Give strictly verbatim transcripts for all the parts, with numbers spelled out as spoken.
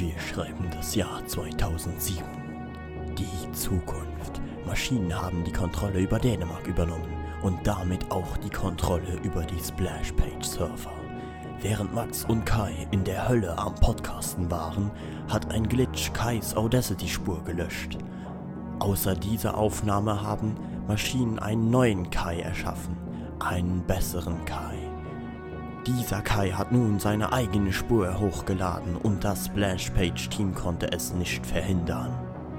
Wir schreiben das Jahr zweitausendsieben. Die Zukunft. Maschinen haben die Kontrolle über Dänemark übernommen und damit auch die Kontrolle über die Splashpage-Server. Während Max und Kai in der Hölle am Podcasten waren, hat ein Glitch Kais Audacity-Spur gelöscht. Außer dieser Aufnahme haben Maschinen einen neuen Kai erschaffen, einen besseren Kai. Dieser Kai hat nun seine eigene Spur hochgeladen und das Splashpage-Team konnte es nicht verhindern.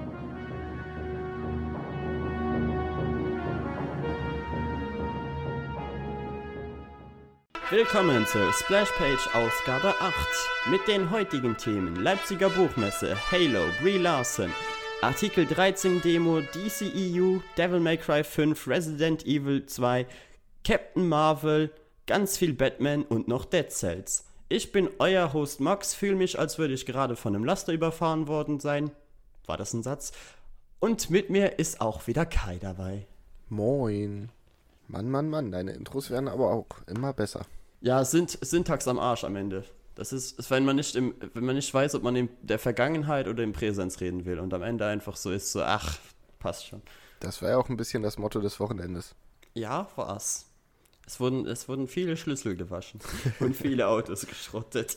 Willkommen zur Splashpage Ausgabe acht mit den heutigen Themen Leipziger Buchmesse, Halo, Brie Larson, Artikel dreizehn Demo, D C E U, Devil May Cry fünf, Resident Evil zwei, Captain Marvel, ganz viel Batman und noch Dead Cells. Ich bin euer Host Max, fühle mich, als würde ich gerade von einem Laster überfahren worden sein. War das ein Satz? Und mit mir ist auch wieder Kai dabei. Moin. Mann, Mann, Mann, deine Intros werden aber auch immer besser. Ja, sind Syntax am Arsch am Ende. Das ist, ist wenn man nicht im, wenn man nicht weiß, ob man in der Vergangenheit oder im Präsens reden will und am Ende einfach so ist, so, ach, passt schon. Das war ja auch ein bisschen das Motto des Wochenendes. Ja, war's. Es wurden, es wurden viele Schlüssel gewaschen und viele Autos geschrottet.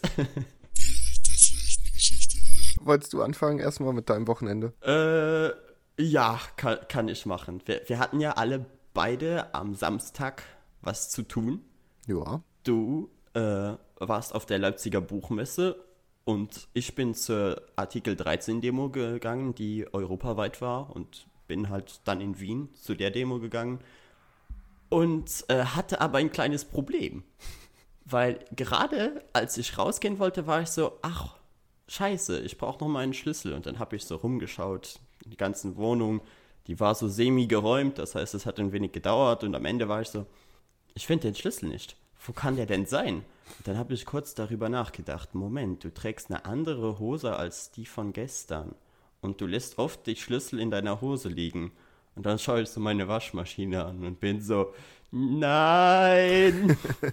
Wolltest du anfangen erstmal mit deinem Wochenende? Äh, ja, kann, kann ich machen. Wir, wir hatten ja alle beide am Samstag was zu tun. Ja. Du äh, warst auf der Leipziger Buchmesse und ich bin zur Artikel dreizehn Demo gegangen, die europaweit war, und bin halt dann in Wien zu der Demo gegangen und äh, hatte aber ein kleines Problem. Weil gerade als ich rausgehen wollte, war ich so, ach, scheiße, ich brauche noch mal einen Schlüssel. Und dann habe ich so rumgeschaut, die ganzen Wohnungen, die war so semi-geräumt, das heißt, es hat ein wenig gedauert und am Ende war ich so, ich finde den Schlüssel nicht. Wo kann der denn sein? Und dann habe ich kurz darüber nachgedacht, Moment, du trägst eine andere Hose als die von gestern und du lässt oft die Schlüssel in deiner Hose liegen. Und dann schaue ich so meine Waschmaschine an und bin so, nein!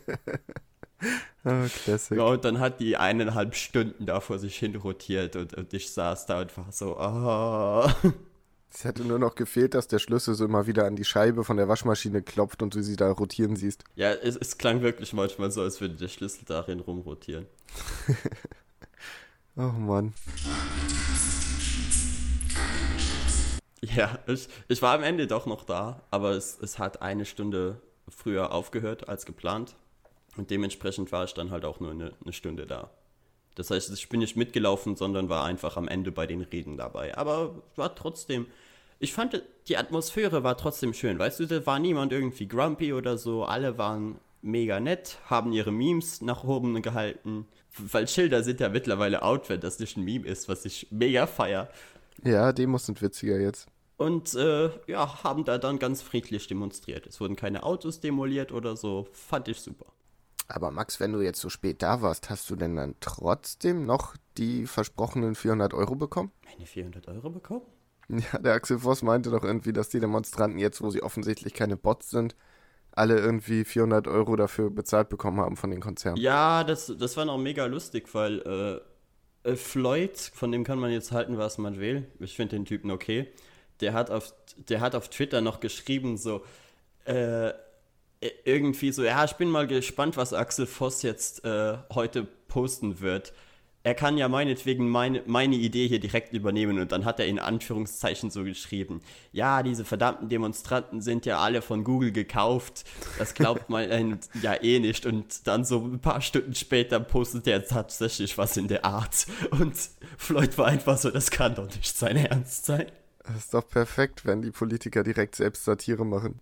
Oh, Classic. Ja, und dann hat die eineinhalb Stunden da vor sich hin rotiert und, und ich saß da und war so, oh. Es hätte nur noch gefehlt, dass der Schlüssel so immer wieder an die Scheibe von der Waschmaschine klopft und du sie da rotieren siehst. Ja, es, es klang wirklich manchmal so, als würde der Schlüssel darin rumrotieren. Oh Mann. Ja, ich, ich war am Ende doch noch da, aber es, es hat eine Stunde früher aufgehört als geplant. Und dementsprechend war ich dann halt auch nur eine, eine Stunde da. Das heißt, ich bin nicht mitgelaufen, sondern war einfach am Ende bei den Reden dabei. Aber war trotzdem, ich fand, die Atmosphäre war trotzdem schön. Weißt du, da war niemand irgendwie grumpy oder so. Alle waren mega nett, haben ihre Memes nach oben gehalten. Weil Schilder sind ja mittlerweile out, wenn das nicht ein Meme ist, was ich mega feier. Ja, Demos sind witziger jetzt. Und äh, ja, haben da dann ganz friedlich demonstriert. Es wurden keine Autos demoliert oder so. Fand ich super. Aber Max, wenn du jetzt so spät da warst, hast du denn dann trotzdem noch die versprochenen vierhundert Euro bekommen? Meine vierhundert Euro bekommen? Ja, der Axel Voss meinte doch irgendwie, dass die Demonstranten jetzt, wo sie offensichtlich keine Bots sind, alle irgendwie vierhundert Euro dafür bezahlt bekommen haben von den Konzernen. Ja, das, das war noch mega lustig, weil äh, äh, Floyd, von dem kann man jetzt halten, was man will. Ich finde den Typen okay. Der hat auf, der hat auf Twitter noch geschrieben, so, äh, irgendwie so, ja, ich bin mal gespannt, was Axel Voss jetzt äh, heute posten wird. Er kann ja meinetwegen meine, meine Idee hier direkt übernehmen, und dann hat er in Anführungszeichen so geschrieben, ja, diese verdammten Demonstranten sind ja alle von Google gekauft, das glaubt man ja eh nicht, und dann so ein paar Stunden später postet er tatsächlich was in der Art und Floyd war einfach so, das kann doch nicht sein Ernst sein. Das ist doch perfekt, wenn die Politiker direkt selbst Satire machen.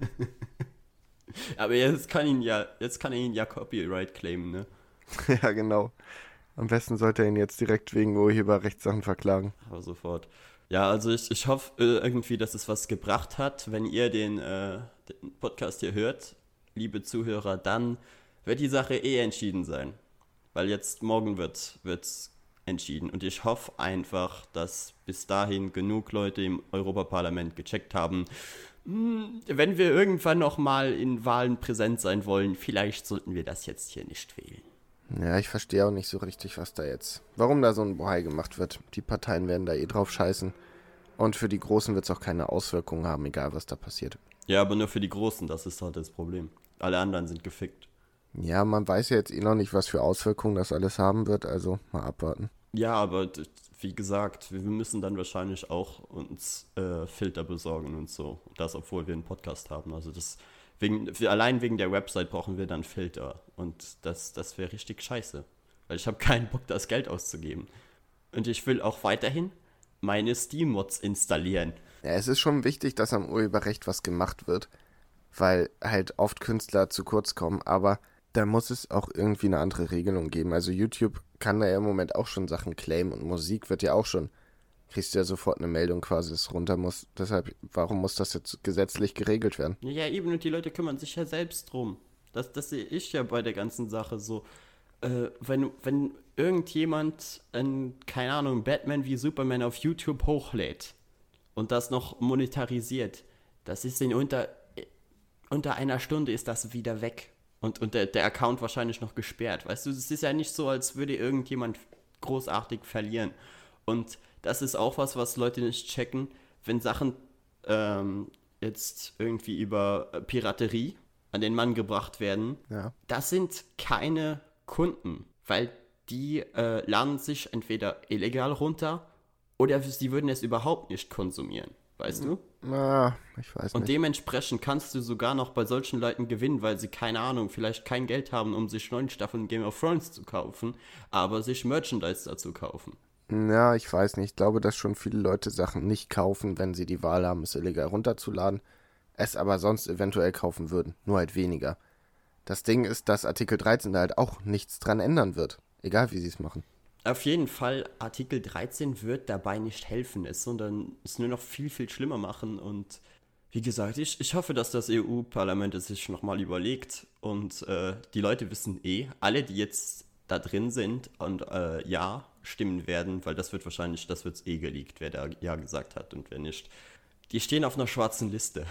Aber jetzt kann ihn ja, jetzt kann er ihn ja Copyright claimen, ne? Ja, genau. Am besten sollte er ihn jetzt direkt wegen Urheberrechtssachen verklagen. Aber sofort. Ja, also ich, ich hoffe irgendwie, dass es was gebracht hat. Wenn ihr den, äh, den Podcast hier hört, liebe Zuhörer, dann wird die Sache eh entschieden sein. Weil jetzt morgen wird wird's entschieden. Und ich hoffe einfach, dass bis dahin genug Leute im Europaparlament gecheckt haben, wenn wir irgendwann noch mal in Wahlen präsent sein wollen, vielleicht sollten wir das jetzt hier nicht wählen. Ja, ich verstehe auch nicht so richtig, was da jetzt, warum da so ein Bohai gemacht wird. Die Parteien werden da eh drauf scheißen. Und für die Großen wird es auch keine Auswirkungen haben, egal was da passiert. Ja, aber nur für die Großen, das ist halt das Problem. Alle anderen sind gefickt. Ja, man weiß ja jetzt eh noch nicht, was für Auswirkungen das alles haben wird, also mal abwarten. Ja, aber d- wie gesagt, wir wir müssen dann wahrscheinlich auch uns äh, Filter besorgen und so. Das, obwohl wir einen Podcast haben. Also das wegen, für, allein wegen der Website brauchen wir dann Filter. Und das, das wäre richtig scheiße. Weil ich habe keinen Bock, das Geld auszugeben. Und ich will auch weiterhin meine Steam-Mods installieren. Ja, es ist schon wichtig, dass am Urheberrecht was gemacht wird, weil halt oft Künstler zu kurz kommen, aber da muss es auch irgendwie eine andere Regelung geben. Also YouTube kann da ja im Moment auch schon Sachen claimen und Musik wird ja auch schon, kriegst du ja sofort eine Meldung quasi, dass es runter muss. Deshalb, warum muss das jetzt gesetzlich geregelt werden? Ja, eben, und die Leute kümmern sich ja selbst drum. Das, das sehe ich ja bei der ganzen Sache so. Äh, wenn, wenn irgendjemand, ein, keine Ahnung, Batman wie Superman auf YouTube hochlädt und das noch monetarisiert, das ist in unter, unter einer Stunde ist das wieder weg. Und, und der, der Account wahrscheinlich noch gesperrt. Weißt du, es ist ja nicht so, als würde irgendjemand großartig verlieren. Und das ist auch was, was Leute nicht checken, wenn Sachen ähm, jetzt irgendwie über Piraterie an den Mann gebracht werden. Ja. Das sind keine Kunden, weil die äh, laden sich entweder illegal runter oder sie würden es überhaupt nicht konsumieren. Weißt du? Na, ich weiß Und nicht. dementsprechend kannst du sogar noch bei solchen Leuten gewinnen, weil sie, keine Ahnung, vielleicht kein Geld haben, um sich neun Staffeln Game of Thrones zu kaufen, aber sich Merchandise dazu kaufen. Ja, ich weiß nicht. Ich glaube, dass schon viele Leute Sachen nicht kaufen, wenn sie die Wahl haben, es illegal runterzuladen, es aber sonst eventuell kaufen würden, nur halt weniger. Das Ding ist, dass Artikel dreizehn da halt auch nichts dran ändern wird, egal wie sie es machen. Auf jeden Fall, Artikel dreizehn wird dabei nicht helfen, es, sondern es nur noch viel, viel schlimmer machen. Und wie gesagt, ich, ich hoffe, dass das E U-Parlament es sich nochmal überlegt. Und äh, die Leute wissen eh, alle, die jetzt da drin sind und äh, ja stimmen werden, weil das wird wahrscheinlich, das wird eh geleakt, wer da ja gesagt hat und wer nicht. Die stehen auf einer schwarzen Liste.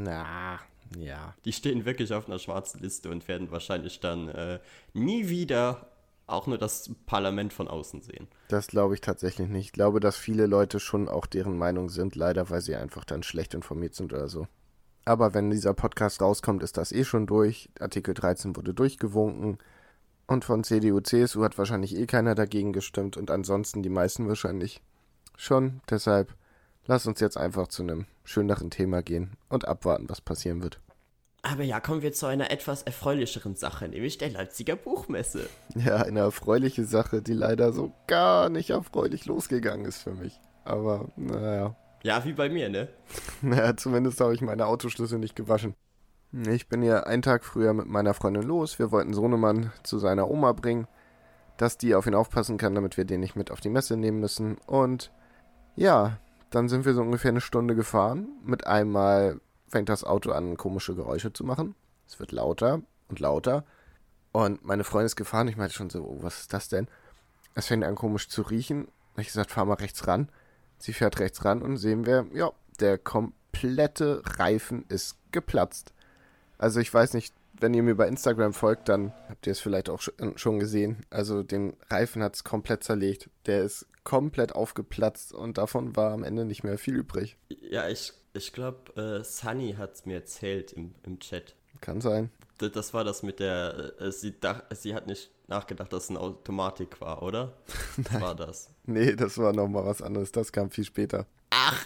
Na, ja. Die stehen wirklich auf einer schwarzen Liste und werden wahrscheinlich dann äh, nie wieder auch nur das Parlament von außen sehen. Das glaube ich tatsächlich nicht. Ich glaube, dass viele Leute schon auch deren Meinung sind, leider, weil sie einfach dann schlecht informiert sind oder so. Aber wenn dieser Podcast rauskommt, ist das eh schon durch. Artikel dreizehn wurde durchgewunken. Und von C D U, C S U hat wahrscheinlich eh keiner dagegen gestimmt und ansonsten die meisten wahrscheinlich schon. Deshalb lass uns jetzt einfach zu einem schöneren Thema gehen und abwarten, was passieren wird. Aber ja, kommen wir zu einer etwas erfreulicheren Sache, nämlich der Leipziger Buchmesse. Ja, eine erfreuliche Sache, die leider so gar nicht erfreulich losgegangen ist für mich. Aber, naja. Ja, wie bei mir, ne? Naja, zumindest habe ich meine Autoschlüssel nicht gewaschen. Ich bin ja einen Tag früher mit meiner Freundin los. Wir wollten Sohnemann zu seiner Oma bringen, dass die auf ihn aufpassen kann, damit wir den nicht mit auf die Messe nehmen müssen. Und ja, dann sind wir so ungefähr eine Stunde gefahren. Mit einmal fängt das Auto an, komische Geräusche zu machen. Es wird lauter und lauter. Und meine Freundin ist gefahren. Ich meinte schon so, oh, was ist das denn? Es fängt an, komisch zu riechen. Ich gesagt, fahr mal rechts ran. Sie fährt rechts ran und sehen wir, ja, der komplette Reifen ist geplatzt. Also ich weiß nicht, wenn ihr mir bei Instagram folgt, dann habt ihr es vielleicht auch schon gesehen. Also den Reifen hat es komplett zerlegt. Der ist komplett aufgeplatzt und davon war am Ende nicht mehr viel übrig. Ja, ich, ich glaube, äh, Sunny hat es mir erzählt im, im Chat. Kann sein. Das, das war das mit der, äh, sie, dach, sie hat nicht nachgedacht, dass es eine Automatik war, oder? Was war das? Nee, das war nochmal was anderes. Das kam viel später. Ach,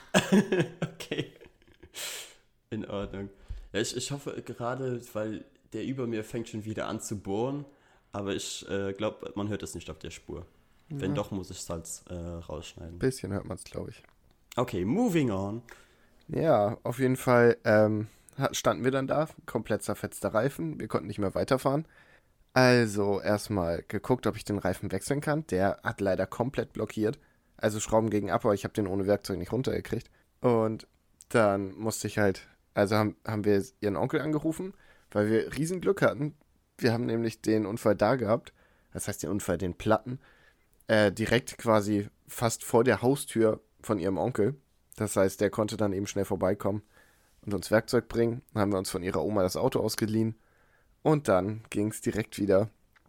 okay. In Ordnung. Ja, ich, ich hoffe gerade, weil der über mir fängt schon wieder an zu bohren, aber ich äh, glaube, man hört es nicht auf der Spur. Ja. Wenn doch, muss ich es halt äh, rausschneiden. Ein bisschen hört man es, glaube ich. Okay, moving on. Ja, auf jeden Fall ähm, standen wir dann da, komplett zerfetzter Reifen, wir konnten nicht mehr weiterfahren. Also erstmal geguckt, ob ich den Reifen wechseln kann. Der hat leider komplett blockiert. Also Schrauben gegen ab, aber ich habe den ohne Werkzeug nicht runtergekriegt. Und dann musste ich halt, also haben, haben wir ihren Onkel angerufen, weil wir riesen Glück hatten. Wir haben nämlich den Unfall da gehabt, das heißt den Unfall, den Platten, äh, direkt quasi fast vor der Haustür von ihrem Onkel. Das heißt, der konnte dann eben schnell vorbeikommen und uns Werkzeug bringen. Dann haben wir uns von ihrer Oma das Auto ausgeliehen. Und dann ging es direkt wieder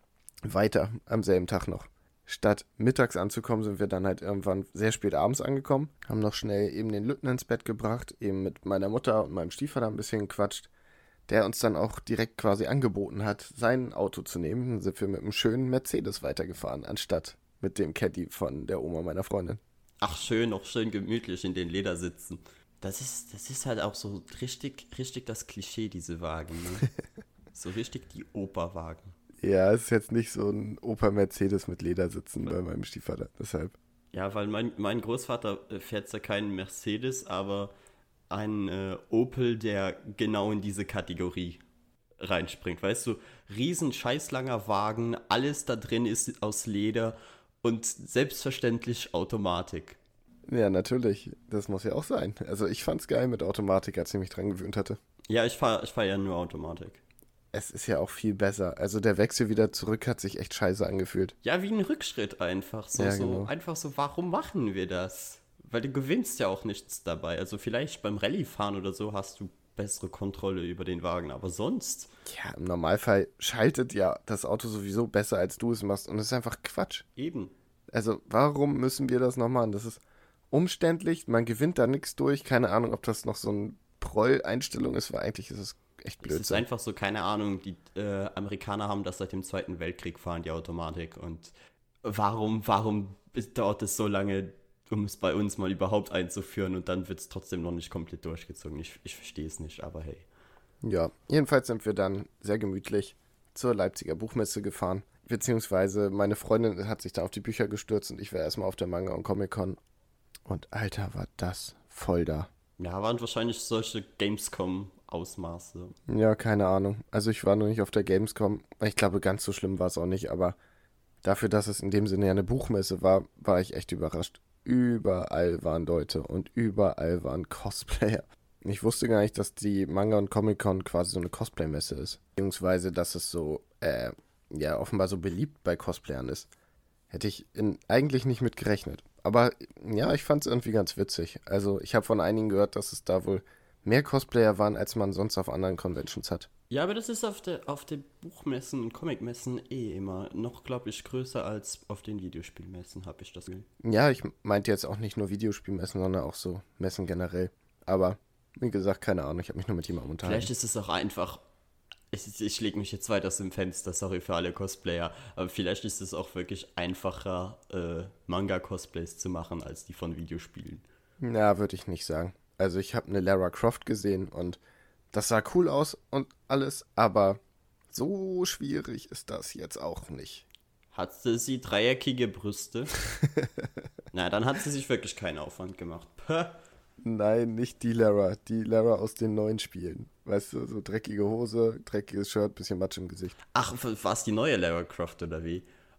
weiter am selben Tag noch. Statt mittags anzukommen, sind wir dann halt irgendwann sehr spät abends angekommen, haben noch schnell eben den Lütten ins Bett gebracht, eben mit meiner Mutter und meinem Stiefvater ein bisschen gequatscht, der uns dann auch direkt quasi angeboten hat, sein Auto zu nehmen. Dann sind wir mit einem schönen Mercedes weitergefahren, anstatt mit dem Caddy von der Oma meiner Freundin. Ach schön, auch schön gemütlich in den Ledersitzen. Das ist, das ist halt auch so richtig, richtig das Klischee, diese Wagen. Ne? So richtig die Operwagen. Ja, es ist jetzt nicht so ein Opa-Mercedes mit Ledersitzen bei meinem Stiefvater, deshalb. Ja, weil mein, mein Großvater fährt zwar keinen Mercedes, aber einen äh, Opel, der genau in diese Kategorie reinspringt. Weißt du, riesen scheißlanger Wagen, alles da drin ist aus Leder und selbstverständlich Automatik. Ja, natürlich. Das muss ja auch sein. Also ich fand's geil mit Automatik, als ich mich dran gewöhnt hatte. Ja, ich fahre ich fahr ja nur Automatik. Es ist ja auch viel besser. Also der Wechsel wieder zurück hat sich echt scheiße angefühlt. Ja, wie ein Rückschritt einfach. So, Ja, so genau. einfach so, warum machen wir das? Weil du gewinnst ja auch nichts dabei. Also vielleicht beim Rallye-Fahren oder so hast du bessere Kontrolle über den Wagen, aber sonst... Ja, im Normalfall schaltet ja das Auto sowieso besser, als du es machst. Und das ist einfach Quatsch. Eben. Also warum müssen wir das noch machen? Das ist umständlich, man gewinnt da nichts durch. Keine Ahnung, ob das noch so eine Proll-Einstellung ist, weil eigentlich ist es echt Es ist Blödsinn. einfach so, keine Ahnung, die äh, Amerikaner haben das seit dem Zweiten Weltkrieg fahren, die Automatik. Und warum, warum dauert es so lange, um es bei uns mal überhaupt einzuführen und dann wird es trotzdem noch nicht komplett durchgezogen? Ich, ich verstehe es nicht, aber hey. Ja, jedenfalls sind wir dann sehr gemütlich zur Leipziger Buchmesse gefahren. Beziehungsweise meine Freundin hat sich da auf die Bücher gestürzt und ich war erstmal auf der Manga- und Comic-Con. Und Alter, war das voll da. Ja, waren wahrscheinlich solche Gamescom-Ausmaße. Ja, keine Ahnung. Also ich war noch nicht auf der Gamescom. Ich glaube, ganz so schlimm war es auch nicht. Aber dafür, dass es in dem Sinne ja eine Buchmesse war, war ich echt überrascht. Überall waren Leute und überall waren Cosplayer. Ich wusste gar nicht, dass die Manga- und Comic-Con quasi so eine Cosplay-Messe ist. Beziehungsweise, dass es so, äh, ja, offenbar so beliebt bei Cosplayern ist. Hätte ich in, eigentlich nicht mit gerechnet. Aber ja, ich fand es irgendwie ganz witzig. Also ich habe von einigen gehört, dass es da wohl mehr Cosplayer waren, als man sonst auf anderen Conventions hat. Ja, aber das ist auf der auf den Buchmessen und Comicmessen eh immer noch, glaube ich, größer als auf den Videospielmessen, habe ich das Gefühl. Ja, ich meinte jetzt auch nicht nur Videospielmessen, sondern auch so Messen generell. Aber wie gesagt, keine Ahnung, ich habe mich nur mit jemandem unterhalten. Vielleicht ist es auch einfach, ich, ich lege mich jetzt weit aus dem Fenster, sorry für alle Cosplayer, aber vielleicht ist es auch wirklich einfacher, äh, Manga-Cosplays zu machen, als die von Videospielen. Ja, würde ich nicht sagen. Also ich habe eine Lara Croft gesehen und das sah cool aus und alles, aber so schwierig ist das jetzt auch nicht. Hatte sie dreieckige Brüste? Na, dann hat sie sich wirklich keinen Aufwand gemacht. Puh. Nein, nicht die Lara, die Lara aus den neuen Spielen. Weißt du, so dreckige Hose, dreckiges Shirt, bisschen Matsch im Gesicht. Ach, war es die neue Lara Croft oder wie?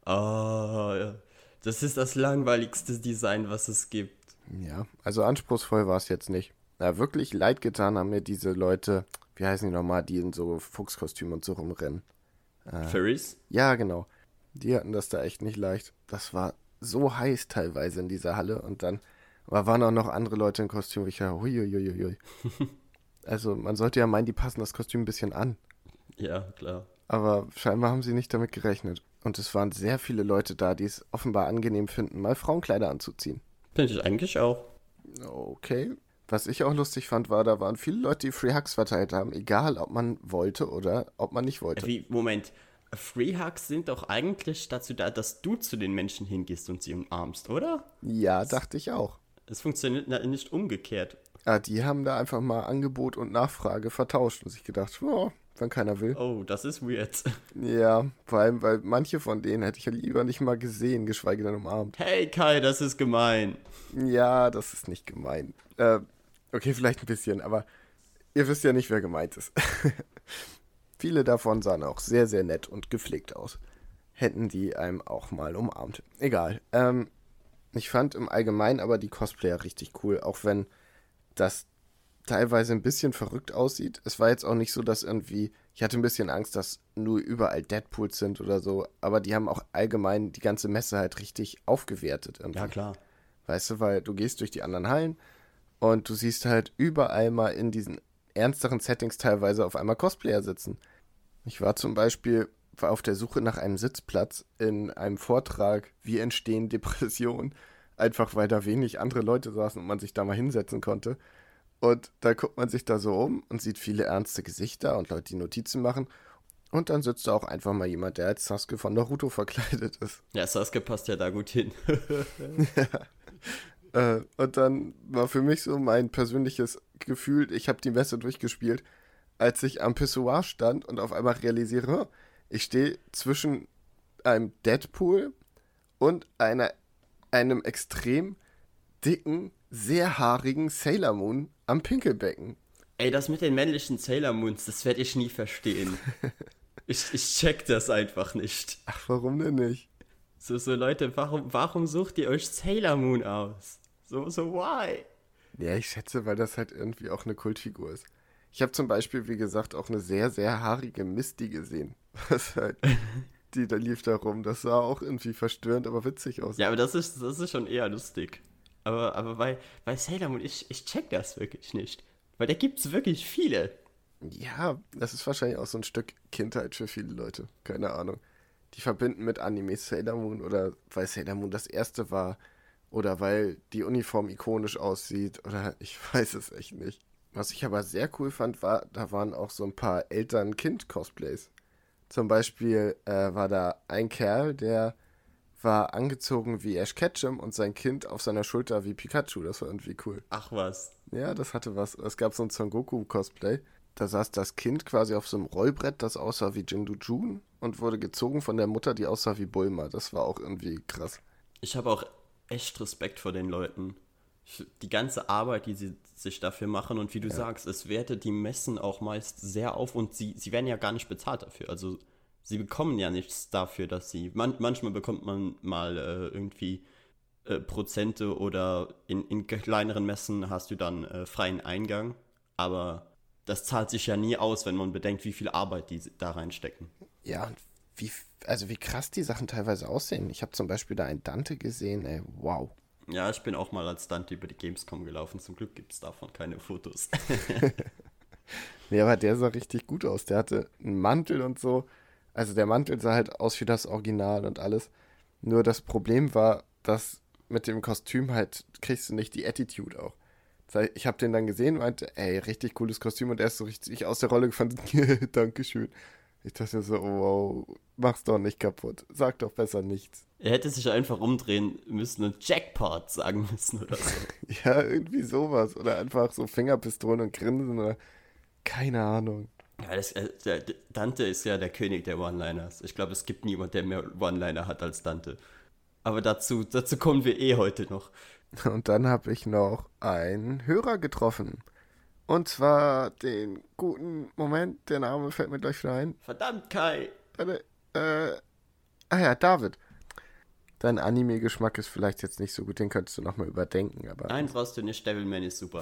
Oh, ja. Das ist das langweiligste Design, was es gibt. Ja, also anspruchsvoll war es jetzt nicht. Na, wirklich leid getan haben mir diese Leute, wie heißen die nochmal, die in so Fuchskostümen und so rumrennen. Äh, Furries? Ja, genau. Die hatten das da echt nicht leicht. Das war so heiß teilweise in dieser Halle und dann aber waren auch noch andere Leute in Kostüm, wo ich ja, huiuiuiui. Also man sollte ja meinen, die passen das Kostüm ein bisschen an. Ja, klar. Aber scheinbar haben sie nicht damit gerechnet. Und es waren sehr viele Leute da, die es offenbar angenehm finden, mal Frauenkleider anzuziehen. Finde ich eigentlich auch. Okay. Was ich auch lustig fand, war, da waren viele Leute, die Free Hugs verteilt haben, egal ob man wollte oder ob man nicht wollte. Wie, Moment, Free Hugs sind doch eigentlich dazu da, dass du zu den Menschen hingehst und sie umarmst, oder? Ja, dachte ich auch. Es funktioniert nicht umgekehrt. Ah, die haben da einfach mal Angebot und Nachfrage vertauscht und sich gedacht, oh, wenn keiner will. Oh, das ist weird. Ja, vor allem, weil manche von denen hätte ich ja lieber nicht mal gesehen, geschweige denn umarmt. Hey Kai, das ist gemein. Ja, das ist nicht gemein. Äh, okay, vielleicht ein bisschen, aber ihr wisst ja nicht, wer gemeint ist. Viele davon sahen auch sehr, sehr nett und gepflegt aus. Hätten die einem auch mal umarmt. Egal. Ähm, ich fand im Allgemeinen aber die Cosplayer richtig cool, auch wenn das teilweise ein bisschen verrückt aussieht. Es war jetzt auch nicht so, dass irgendwie, ich hatte ein bisschen Angst, dass nur überall Deadpools sind oder so, aber die haben auch allgemein die ganze Messe halt richtig aufgewertet. Irgendwie. Ja, klar. Weißt du, weil du gehst durch die anderen Hallen und du siehst halt überall mal in diesen ernsteren Settings teilweise auf einmal Cosplayer sitzen. Ich war zum Beispiel war auf der Suche nach einem Sitzplatz in einem Vortrag, wie entstehen Depressionen, einfach weil da wenig andere Leute saßen und man sich da mal hinsetzen konnte. Und da guckt man sich da so um und sieht viele ernste Gesichter und Leute, die Notizen machen. Und dann sitzt da auch einfach mal jemand, der als Sasuke von Naruto verkleidet ist. Ja, Sasuke passt ja da gut hin. ja. äh, und dann war für mich so mein persönliches Gefühl, ich habe die Messe durchgespielt, als ich am Pissoir stand und auf einmal realisiere, ich stehe zwischen einem Deadpool und einer, einem extrem dicken, sehr haarigen Sailor Moon am Pinkelbecken. Ey, das mit den männlichen Sailor Moons, das werde ich nie verstehen. ich, ich check das einfach nicht. Ach, warum denn nicht? So, so Leute, warum, warum sucht ihr euch Sailor Moon aus? So, so, why? Ja, ich schätze, weil das halt irgendwie auch eine Kultfigur ist. Ich habe zum Beispiel, wie gesagt, auch eine sehr, sehr haarige Misty gesehen. Was halt, die da lief da rum. Das sah auch irgendwie verstörend, aber witzig aus. Ja, aber das ist, das ist schon eher lustig. Aber, aber bei, bei Sailor Moon, ich, ich check das wirklich nicht. Weil da gibt's wirklich viele. Ja, das ist wahrscheinlich auch so ein Stück Kindheit für viele Leute. Keine Ahnung. Die verbinden mit Anime Sailor Moon oder weil Sailor Moon das erste war oder weil die Uniform ikonisch aussieht oder ich weiß es echt nicht. Was ich aber sehr cool fand, war, da waren auch so ein paar Eltern-Kind-Cosplays. Zum Beispiel äh, war da ein Kerl, der war angezogen wie Ash Ketchum und sein Kind auf seiner Schulter wie Pikachu. Das war irgendwie cool. Ach was. Ja, das hatte was. Es gab so ein Son Goku-Cosplay. Da saß das Kind quasi auf so einem Rollbrett, das aussah wie Jindu Jun und wurde gezogen von der Mutter, die aussah wie Bulma. Das war auch irgendwie krass. Ich habe auch echt Respekt vor den Leuten. Die ganze Arbeit, die sie sich dafür machen und wie du ja. sagst, es wertet die Messen auch meist sehr auf und sie, sie werden ja gar nicht bezahlt dafür. Also sie bekommen ja nichts dafür, dass sie, man, manchmal bekommt man mal äh, irgendwie äh, Prozente oder in, in kleineren Messen hast du dann äh, freien Eingang, aber das zahlt sich ja nie aus, wenn man bedenkt, wie viel Arbeit die da reinstecken. Ja, und wie, also wie krass die Sachen teilweise aussehen. Ich habe zum Beispiel da einen Dante gesehen, ey, wow. Ja, ich bin auch mal als Dante über die Gamescom gelaufen. Zum Glück gibt es davon keine Fotos. Nee, aber der sah richtig gut aus. Der hatte einen Mantel und so. Also der Mantel sah halt aus wie das Original und alles. Nur das Problem war, dass mit dem Kostüm halt kriegst du nicht die Attitude auch. Ich habe den dann gesehen und meinte, ey, richtig cooles Kostüm. Und er ist so richtig aus der Rolle gefunden. Dankeschön. Ich dachte so, oh, wow, mach's doch nicht kaputt. Sag doch besser nichts. Er hätte sich einfach umdrehen müssen und Jackpot sagen müssen oder so. Ja, irgendwie sowas. Oder einfach so Fingerpistolen und Grinsen oder keine Ahnung. Ja, das, äh, der, der Dante ist ja der König der One-Liners. Ich glaube, es gibt niemand, der mehr One-Liner hat als Dante. Aber dazu, dazu kommen wir eh heute noch. Und dann habe ich noch einen Hörer getroffen. Und zwar den guten Moment, der Name fällt mir gleich wieder ein. Verdammt, Kai! Warte, äh, ah ja, David. Dein Anime-Geschmack ist vielleicht jetzt nicht so gut, den könntest du nochmal überdenken, aber... Nein, brauchst du nicht, Devilman ist super.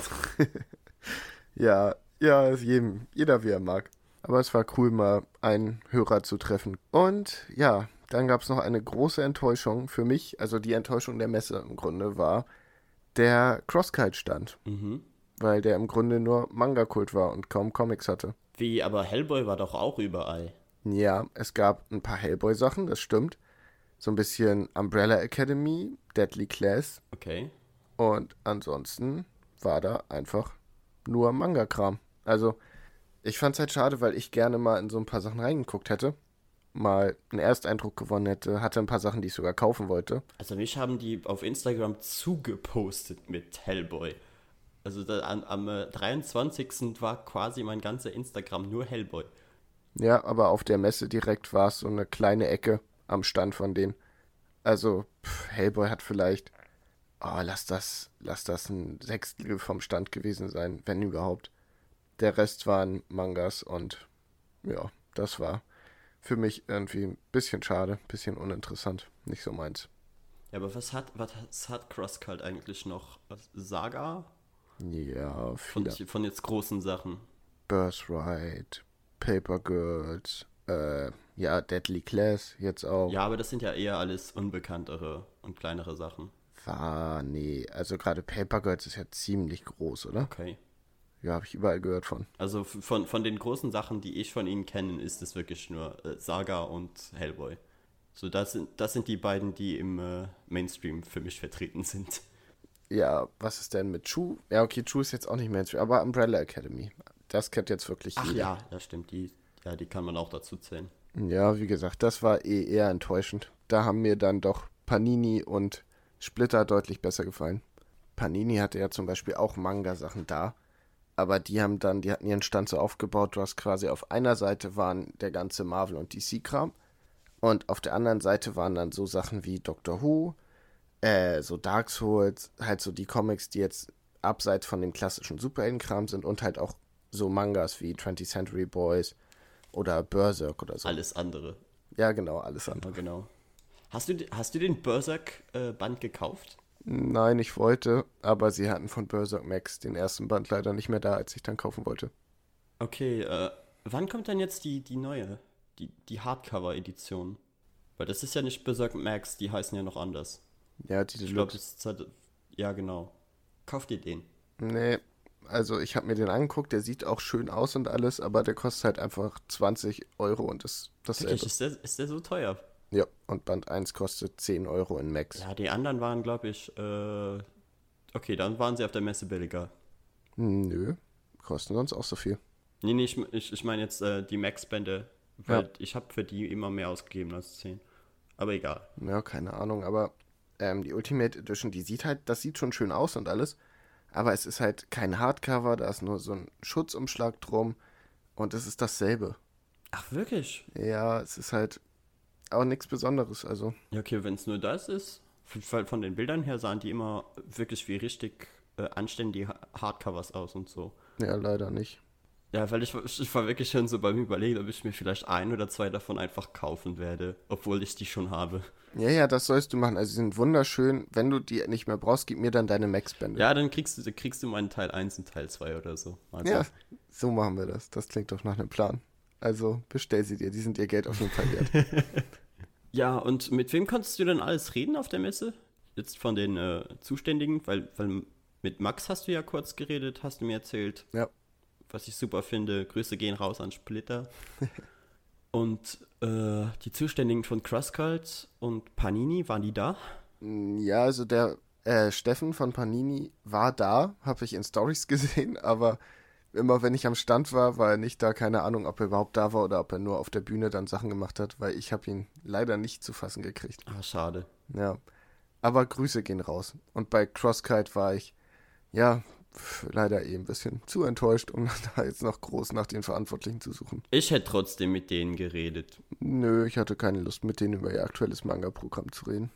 ja, ja, ist jedem, jeder wie er mag. Aber es war cool, mal einen Hörer zu treffen. Und ja, dann gab es noch eine große Enttäuschung für mich, also die Enttäuschung der Messe im Grunde war der Crosskite-Stand. Mhm. Weil der im Grunde nur Manga-Kult war und kaum Comics hatte. Wie, aber Hellboy war doch auch überall. Ja, es gab ein paar Hellboy-Sachen, das stimmt. So ein bisschen Umbrella Academy, Deadly Class. Okay. Und ansonsten war da einfach nur Manga-Kram. Also, ich fand's halt schade, weil ich gerne mal in so ein paar Sachen reingeguckt hätte. Mal einen Ersteindruck gewonnen hätte, hatte ein paar Sachen, die ich sogar kaufen wollte. Also mich haben die auf Instagram zugepostet mit Hellboy. Also da, am, am dreiundzwanzigsten war quasi mein ganzer Instagram nur Hellboy. Ja, aber auf der Messe direkt war es so eine kleine Ecke am Stand von denen. Also, pff, Hellboy hat vielleicht, oh, lass das, lass das ein Sechstel vom Stand gewesen sein, wenn überhaupt. Der Rest waren Mangas und ja, das war für mich irgendwie ein bisschen schade, ein bisschen uninteressant, nicht so meins. Ja, aber was hat, was hat CrossCult eigentlich noch? Saga? Ja, viele. Von, von jetzt großen Sachen. Birthright, Paper Girls, äh, ja, Deadly Class jetzt auch. Ja, aber das sind ja eher alles unbekanntere und kleinere Sachen. War, nee, also gerade Paper Girls ist ja ziemlich groß, oder? Okay. Ja, habe ich überall gehört von. Also f- von, von den großen Sachen, die ich von ihnen kenne, ist es wirklich nur äh, Saga und Hellboy. So, das sind, das sind die beiden, die im äh, Mainstream für mich vertreten sind. Ja, was ist denn mit Chu? Ja, okay, Chu ist jetzt auch nicht mehr, aber Umbrella Academy. Das kennt jetzt wirklich Ach jeder. ja, das stimmt, die, ja, die kann man auch dazu zählen. Ja, wie gesagt, das war eh eher enttäuschend. Da haben mir dann doch Panini und Splitter deutlich besser gefallen. Panini hatte ja zum Beispiel auch Manga-Sachen da, aber die haben dann, die hatten ihren Stand so aufgebaut, du hast quasi auf einer Seite waren der ganze Marvel- und D C-Kram und auf der anderen Seite waren dann so Sachen wie Doctor Who, äh, so Dark Souls, halt so die Comics, die jetzt abseits von dem klassischen Superhelden-Kram sind und halt auch so Mangas wie twentieth Century Boys oder Berserk oder so. Alles andere. Ja, genau, alles andere. Ja, genau. Hast du, hast du den Berserk-Band gekauft? Nein, ich wollte, aber sie hatten von Berserk Max den ersten Band leider nicht mehr da, als ich dann kaufen wollte. Okay, äh, wann kommt dann jetzt die, die neue? Die, die Hardcover-Edition? Weil das ist ja nicht Berserk Max, die heißen ja noch anders. Ja, die Ich glaube, Deluxe. das ist halt, ja genau. Kauft ihr den? Nee, also ich habe mir den angeguckt, der sieht auch schön aus und alles, aber der kostet halt einfach zwanzig Euro und ist dasselbe. Wirklich, ist der, ist der so teuer? Ja, und Band eins kostet zehn Euro in Max. Ja, die anderen waren, glaube ich, äh, okay, dann waren sie auf der Messe billiger. Nö, kosten sonst auch so viel. Nee, nee, ich, ich, ich meine jetzt äh, die Max-Bände, weil Ja. ich habe für die immer mehr ausgegeben als zehn. Aber egal. Ja, keine Ahnung, aber ähm, die Ultimate Edition, die sieht halt, das sieht schon schön aus und alles, aber es ist halt kein Hardcover, da ist nur so ein Schutzumschlag drum und es ist dasselbe. Ach, wirklich? Ja, es ist halt auch nichts Besonderes, also. Ja, okay, wenn es nur das ist, weil von den Bildern her sahen die immer wirklich wie richtig äh, anständige Hardcovers aus und so. Ja, leider nicht. Ja, weil ich, ich war wirklich schon so beim Überlegen, ob ich mir vielleicht ein oder zwei davon einfach kaufen werde, obwohl ich die schon habe. Ja, ja, das sollst du machen. Also, sie sind wunderschön. Wenn du die nicht mehr brauchst, gib mir dann deine Max-Bände. Ja, dann kriegst du, kriegst du meinen Teil eins und Teil zwei oder so. Also, Ja, so machen wir das. Das klingt doch nach einem Plan. Also, bestell sie dir. Die sind dir Geld auf jeden Fall wert. Ja, und mit wem konntest du denn alles reden auf der Messe? Jetzt von den äh, Zuständigen, weil, weil mit Max hast du ja kurz geredet, hast du mir erzählt. Ja. Was ich super finde. Grüße gehen raus an Splitter. Und äh, die Zuständigen von CrossCult und Panini, waren die da? Ja, also der äh, Steffen von Panini war da, habe ich in Stories gesehen, aber immer wenn ich am Stand war, war er nicht da. Keine Ahnung, ob er überhaupt da war oder ob er nur auf der Bühne dann Sachen gemacht hat, weil ich habe ihn leider nicht zu fassen gekriegt. Ah, schade. Ja, aber Grüße gehen raus. Und bei CrossKite war ich, ja, pf, leider eh ein bisschen zu enttäuscht, um da jetzt noch groß nach den Verantwortlichen zu suchen. Ich hätte trotzdem mit denen geredet. Nö, ich hatte keine Lust, mit denen über ihr aktuelles Manga-Programm zu reden.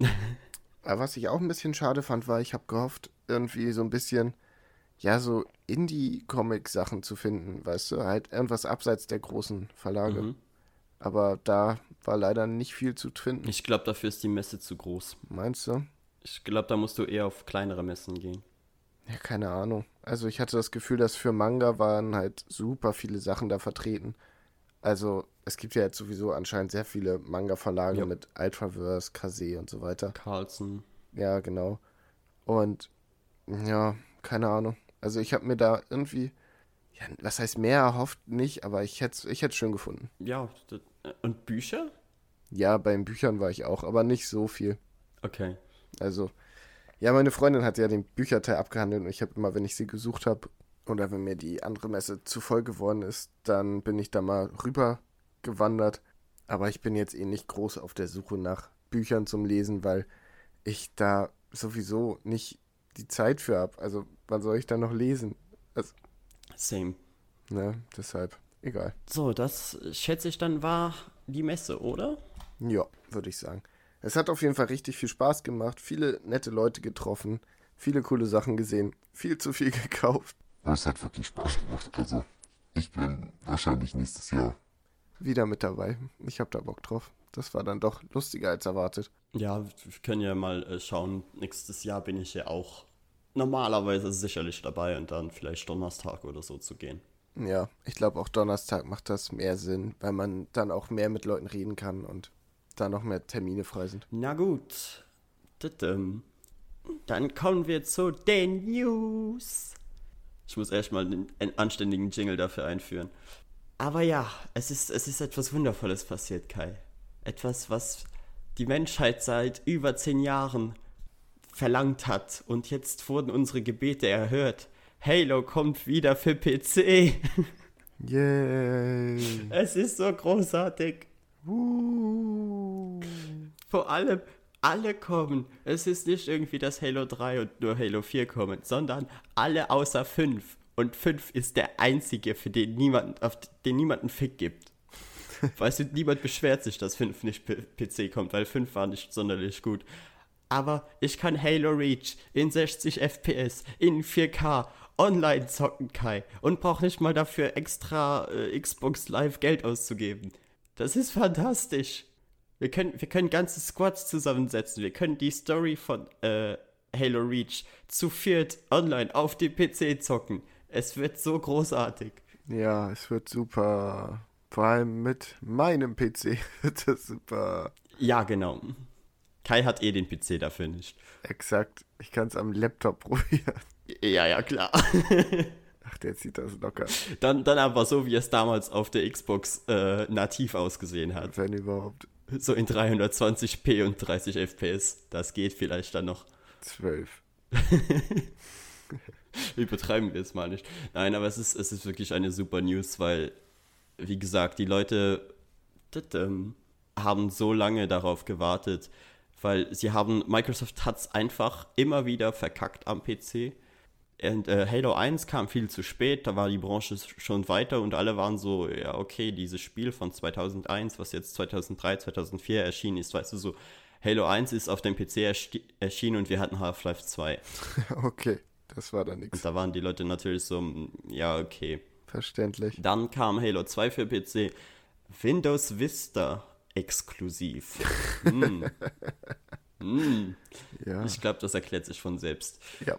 Aber was ich auch ein bisschen schade fand, war, ich habe gehofft, irgendwie so ein bisschen, ja, so Indie-Comic-Sachen zu finden, weißt du, halt irgendwas abseits der großen Verlage. Mhm. Aber da war leider nicht viel zu finden. Ich glaube, dafür ist die Messe zu groß. Meinst du? Ich glaube, da musst du eher auf kleinere Messen gehen. Ja, keine Ahnung. Also ich hatte das Gefühl, dass für Manga waren halt super viele Sachen da vertreten. Also es gibt ja jetzt sowieso anscheinend sehr viele Manga-Verlage Ja. mit Ultraverse, Kase und so weiter. Carlson. Ja, genau. Und ja, keine Ahnung. Also ich habe mir da irgendwie, ja, was heißt mehr erhofft, nicht, aber ich hätte es ich hätt's schön gefunden. Ja, das, und Bücher? Ja, bei den Büchern war ich auch, aber nicht so viel. Okay. Also, ja, meine Freundin hat ja den Bücherteil abgehandelt und ich habe immer, wenn ich sie gesucht habe oder wenn mir die andere Messe zu voll geworden ist, dann bin ich da mal rüber gewandert. Aber ich bin jetzt eh nicht groß auf der Suche nach Büchern zum Lesen, weil ich da sowieso nicht die Zeit für habe. Also, wann soll ich da noch lesen? Also, Same. ne, deshalb, egal. So, das schätze ich dann war die Messe, oder? Ja, würde ich sagen. Es hat auf jeden Fall richtig viel Spaß gemacht, viele nette Leute getroffen, viele coole Sachen gesehen, viel zu viel gekauft. Es hat wirklich Spaß gemacht. Also, ich bin wahrscheinlich nächstes Jahr. Wieder mit dabei. Ich habe da Bock drauf. Das war dann doch lustiger als erwartet. Ja, wir können ja mal äh, schauen. Nächstes Jahr bin ich ja auch normalerweise sicherlich dabei und dann vielleicht Donnerstag oder so zu gehen. Ja, ich glaube auch Donnerstag macht das mehr Sinn, weil man dann auch mehr mit Leuten reden kann und da noch mehr Termine frei sind. Na gut. Tadam. Dann kommen wir zu den News. Ich muss erstmal einen, einen anständigen Jingle dafür einführen. Aber ja, es ist, es ist etwas Wundervolles passiert, Kai. Etwas, was die Menschheit seit über zehn Jahren verlangt hat. Und jetzt wurden unsere Gebete erhört. Halo kommt wieder für P C. Yay. Es ist so großartig. Uh. Vor allem, alle kommen. Es ist nicht irgendwie, dass Halo drei und nur Halo vier kommen, sondern alle außer fünf. Und fünf ist der einzige, für den niemand, auf den niemand einen Fick gibt. Weißt du, niemand beschwert sich, dass fünf nicht P C kommt, weil fünf war nicht sonderlich gut. Aber ich kann Halo Reach in sechzig F P S, in vier K, online zocken, Kai. Und brauche nicht mal dafür extra äh, Xbox Live Geld auszugeben. Das ist fantastisch. Wir können, wir können ganze Squads zusammensetzen. Wir können die Story von äh, Halo Reach zu viert online auf dem P C zocken. Es wird so großartig. Ja, es wird super. Vor allem mit meinem P C wird das super. Ja, genau. Kai hat eh den P C dafür nicht. Exakt. Ich kann es am Laptop probieren. Ja, ja, klar. Ach, der zieht das locker. Dann, dann aber so, wie es damals auf der Xbox äh, nativ ausgesehen hat. Wenn überhaupt. So in dreihundertzwanzig p und dreißig F P S. Das geht vielleicht dann noch. Zwölf. Übertreiben wir es mal nicht. Nein, aber es ist, es ist wirklich eine super News, weil, wie gesagt, die Leute das, ähm, haben so lange darauf gewartet, weil sie haben, Microsoft hat es einfach immer wieder verkackt am P C. Und äh, Halo eins kam viel zu spät, da war die Branche schon weiter und alle waren so, ja okay, dieses Spiel von zweitausendeins, was jetzt zweitausenddrei, zweitausendvier erschienen ist, weißt du so, Halo eins ist auf dem P C erschien- erschienen und wir hatten Half-Life zwei. Okay, das war dann nichts. Und da waren die Leute natürlich so, ja okay. Verständlich. Dann kam Halo zwei für P C, Windows Vista exklusiv. mm. Mm. Ja. Ich glaube, das erklärt sich von selbst. Ja.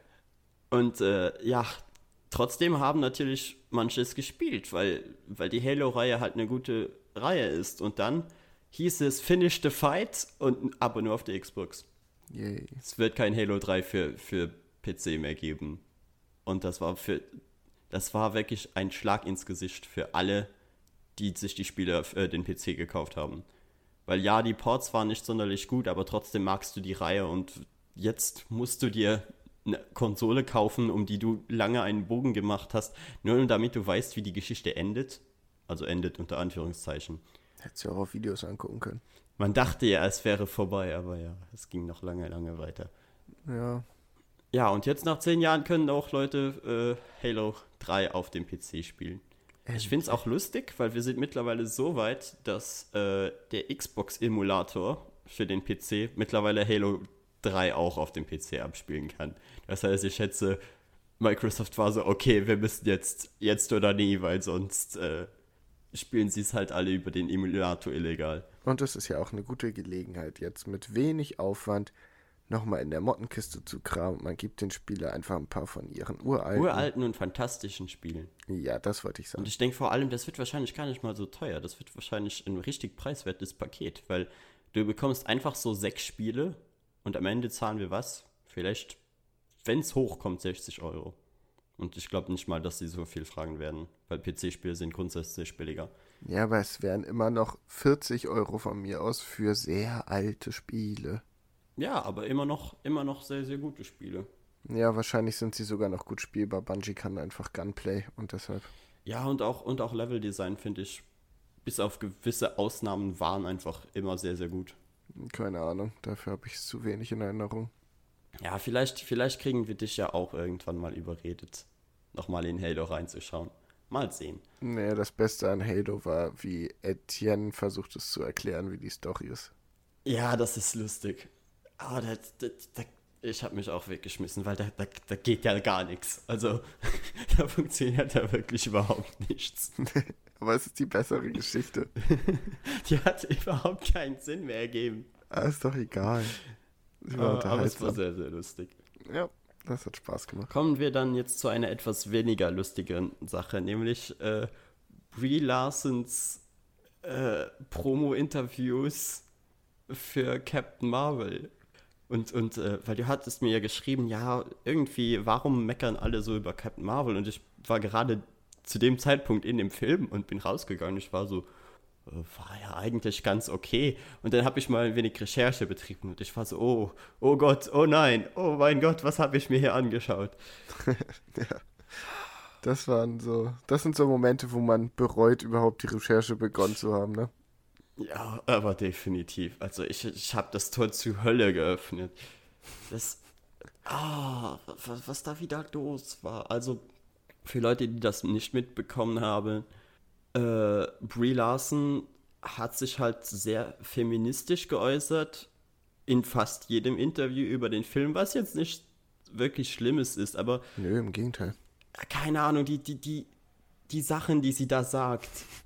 Und äh, ja, trotzdem haben natürlich manches gespielt, weil, weil die Halo-Reihe halt eine gute Reihe ist. Und dann hieß es Finish the Fight, und aber nur auf der Xbox. Yay. Es wird kein Halo drei für, für P C mehr geben. Und das war für das war wirklich ein Schlag ins Gesicht für alle, die sich die Spiele auf äh, den P C gekauft haben. Weil ja, die Ports waren nicht sonderlich gut, aber trotzdem magst du die Reihe und jetzt musst du dir eine Konsole kaufen, um die du lange einen Bogen gemacht hast, nur damit du weißt, wie die Geschichte endet. Also endet unter Anführungszeichen. Hättest du auch auf Videos angucken können. Man dachte ja, es wäre vorbei, aber ja, es ging noch lange, lange weiter. Ja. Ja, und jetzt nach zehn Jahren können auch Leute äh, Halo drei auf dem P C spielen. Ich finde es auch lustig, weil wir sind mittlerweile so weit, dass äh, der Xbox-Emulator für den P C mittlerweile Halo drei auch auf dem P C abspielen kann. Das heißt, ich schätze, Microsoft war so, okay, wir müssen jetzt, jetzt oder nie, weil sonst äh, spielen sie es halt alle über den Emulator illegal. Und es ist ja auch eine gute Gelegenheit, jetzt mit wenig Aufwand nochmal in der Mottenkiste zu kramen. Man gibt den Spieler einfach ein paar von ihren uralten... Uralten und fantastischen Spielen. Ja, das wollte ich sagen. Und ich denke vor allem, das wird wahrscheinlich gar nicht mal so teuer. Das wird wahrscheinlich ein richtig preiswertes Paket, weil du bekommst einfach so sechs Spiele und am Ende zahlen wir was? Vielleicht, wenn es hochkommt, sechzig Euro. Und ich glaube nicht mal, dass sie so viel fragen werden, weil P C-Spiele sind grundsätzlich billiger. Ja, aber es wären immer noch vierzig Euro von mir aus für sehr alte Spiele. Ja, aber immer noch, immer noch sehr, sehr gute Spiele. Ja, wahrscheinlich sind sie sogar noch gut spielbar. Bungie kann einfach Gunplay und deshalb... Ja, und auch, und auch Leveldesign finde ich, bis auf gewisse Ausnahmen, waren einfach immer sehr, sehr gut. Keine Ahnung, dafür habe ich es zu wenig in Erinnerung. Ja, vielleicht, vielleicht kriegen wir dich ja auch irgendwann mal überredet, nochmal in Halo reinzuschauen. Mal sehen. Nee, das Beste an Halo war, wie Etienne versucht es zu erklären, wie die Story ist. Ja, das ist lustig. Aber das, das, das, ich habe mich auch weggeschmissen, weil da, da, da geht ja gar nichts. Also, da funktioniert ja wirklich überhaupt nichts. Aber es ist die bessere Geschichte. Die hat überhaupt keinen Sinn mehr ergeben. Ah, ist doch egal. Sie war Aber, aber unterhaltsam. es war sehr, sehr lustig. Ja, das hat Spaß gemacht. Kommen wir dann jetzt zu einer etwas weniger lustigen Sache, nämlich äh, Brie Larsons äh, Promo-Interviews für Captain Marvel. Und, und äh, weil du hattest mir ja geschrieben, ja, irgendwie, warum meckern alle so über Captain Marvel? Und ich war gerade zu dem Zeitpunkt in dem Film und bin rausgegangen. Ich war so, äh, war ja eigentlich ganz okay. Und dann habe ich mal ein wenig Recherche betrieben und ich war so, oh, oh Gott, oh nein, oh mein Gott, was habe ich mir hier angeschaut? Ja. Das waren so, das sind so Momente, wo man bereut, überhaupt die Recherche begonnen zu haben, ne? Ja, aber definitiv. Also ich, ich habe das Tor zur Hölle geöffnet. Das, ah, was, was da wieder los war. Also für Leute, die das nicht mitbekommen haben, äh, Brie Larson hat sich halt sehr feministisch geäußert in fast jedem Interview über den Film, was jetzt nicht wirklich Schlimmes ist, aber Nö, im Gegenteil. keine Ahnung, die, die, die, die Sachen, die sie da sagt,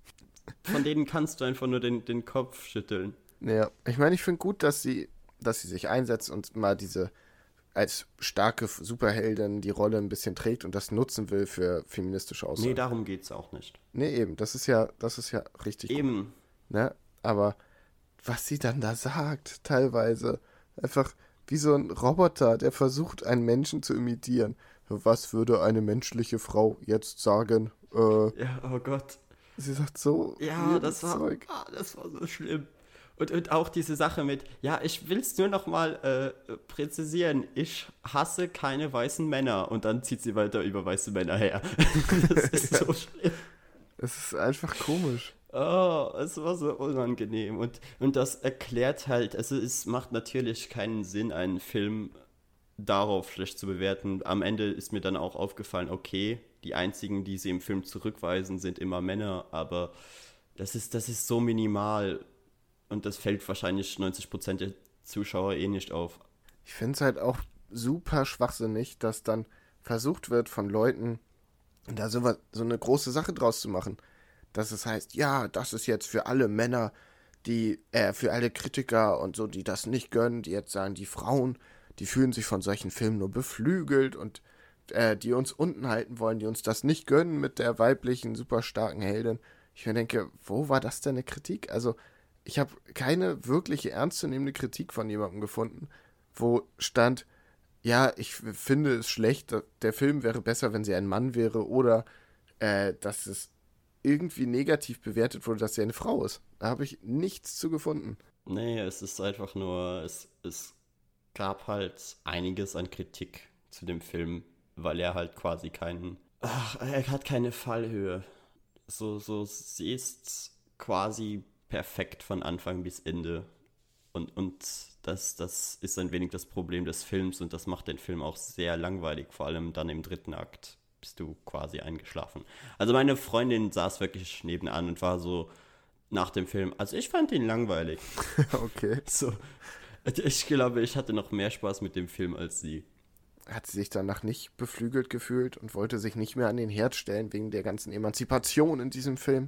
von denen kannst du einfach nur den, den Kopf schütteln. Ja, ich meine, ich finde gut, dass sie, dass sie sich einsetzt und mal diese als starke Superheldin die Rolle ein bisschen trägt und das nutzen will für feministische Aussagen. Nee, darum geht's auch nicht. Nee, eben, das ist ja, das ist ja richtig Eben. gut, ne? Aber was sie dann da sagt, teilweise, einfach wie so ein Roboter, der versucht, einen Menschen zu imitieren. Was würde eine menschliche Frau jetzt sagen? Äh, Ja, oh Gott. sie sagt so Ja, weirdes das war, Zeug. ah, das war so schlimm. Und, und auch diese Sache mit, ja, ich will es nur noch mal äh, präzisieren, ich hasse keine weißen Männer. Und dann zieht sie weiter über weiße Männer her. Das ist so schlimm. Es ist einfach komisch. Oh, es war so unangenehm. Und, und das erklärt halt, also es macht natürlich keinen Sinn, einen Film darauf schlecht zu bewerten. Am Ende ist mir dann auch aufgefallen, okay, die einzigen, die sie im Film zurückweisen, sind immer Männer, aber das ist, das ist so minimal und das fällt wahrscheinlich neunzig Prozent der Zuschauer eh nicht auf. Ich finde es halt auch super schwachsinnig, dass dann versucht wird von Leuten, da so, was, so eine große Sache draus zu machen. Dass es heißt, ja, das ist jetzt für alle Männer, die, äh, für alle Kritiker und so, die das nicht gönnen, die jetzt sagen, die Frauen, die fühlen sich von solchen Filmen nur beflügelt und äh, die uns unten halten wollen, die uns das nicht gönnen mit der weiblichen, super starken Heldin. Ich mir denke, wo war das denn eine Kritik? Also, ich habe keine wirkliche ernstzunehmende Kritik von jemandem gefunden, wo stand, ja, ich finde es schlecht, der Film wäre besser, wenn sie ein Mann wäre, oder äh, dass es irgendwie negativ bewertet wurde, dass sie eine Frau ist. Da habe ich nichts zu gefunden. Nee, es ist einfach nur, es, es gab halt einiges an Kritik zu dem Film, weil er halt quasi keinen, ach, er hat keine Fallhöhe. So, so, sie ist quasi perfekt von Anfang bis Ende. Und, und das, das ist ein wenig das Problem des Films und das macht den Film auch sehr langweilig, vor allem dann im dritten Akt bist du quasi eingeschlafen. Also meine Freundin saß wirklich nebenan und war so nach dem Film, also ich fand ihn langweilig. Okay. So, ich glaube, ich hatte noch mehr Spaß mit dem Film als sie. Hat sie sich danach nicht beflügelt gefühlt und wollte sich nicht mehr an den Herd stellen wegen der ganzen Emanzipation in diesem Film?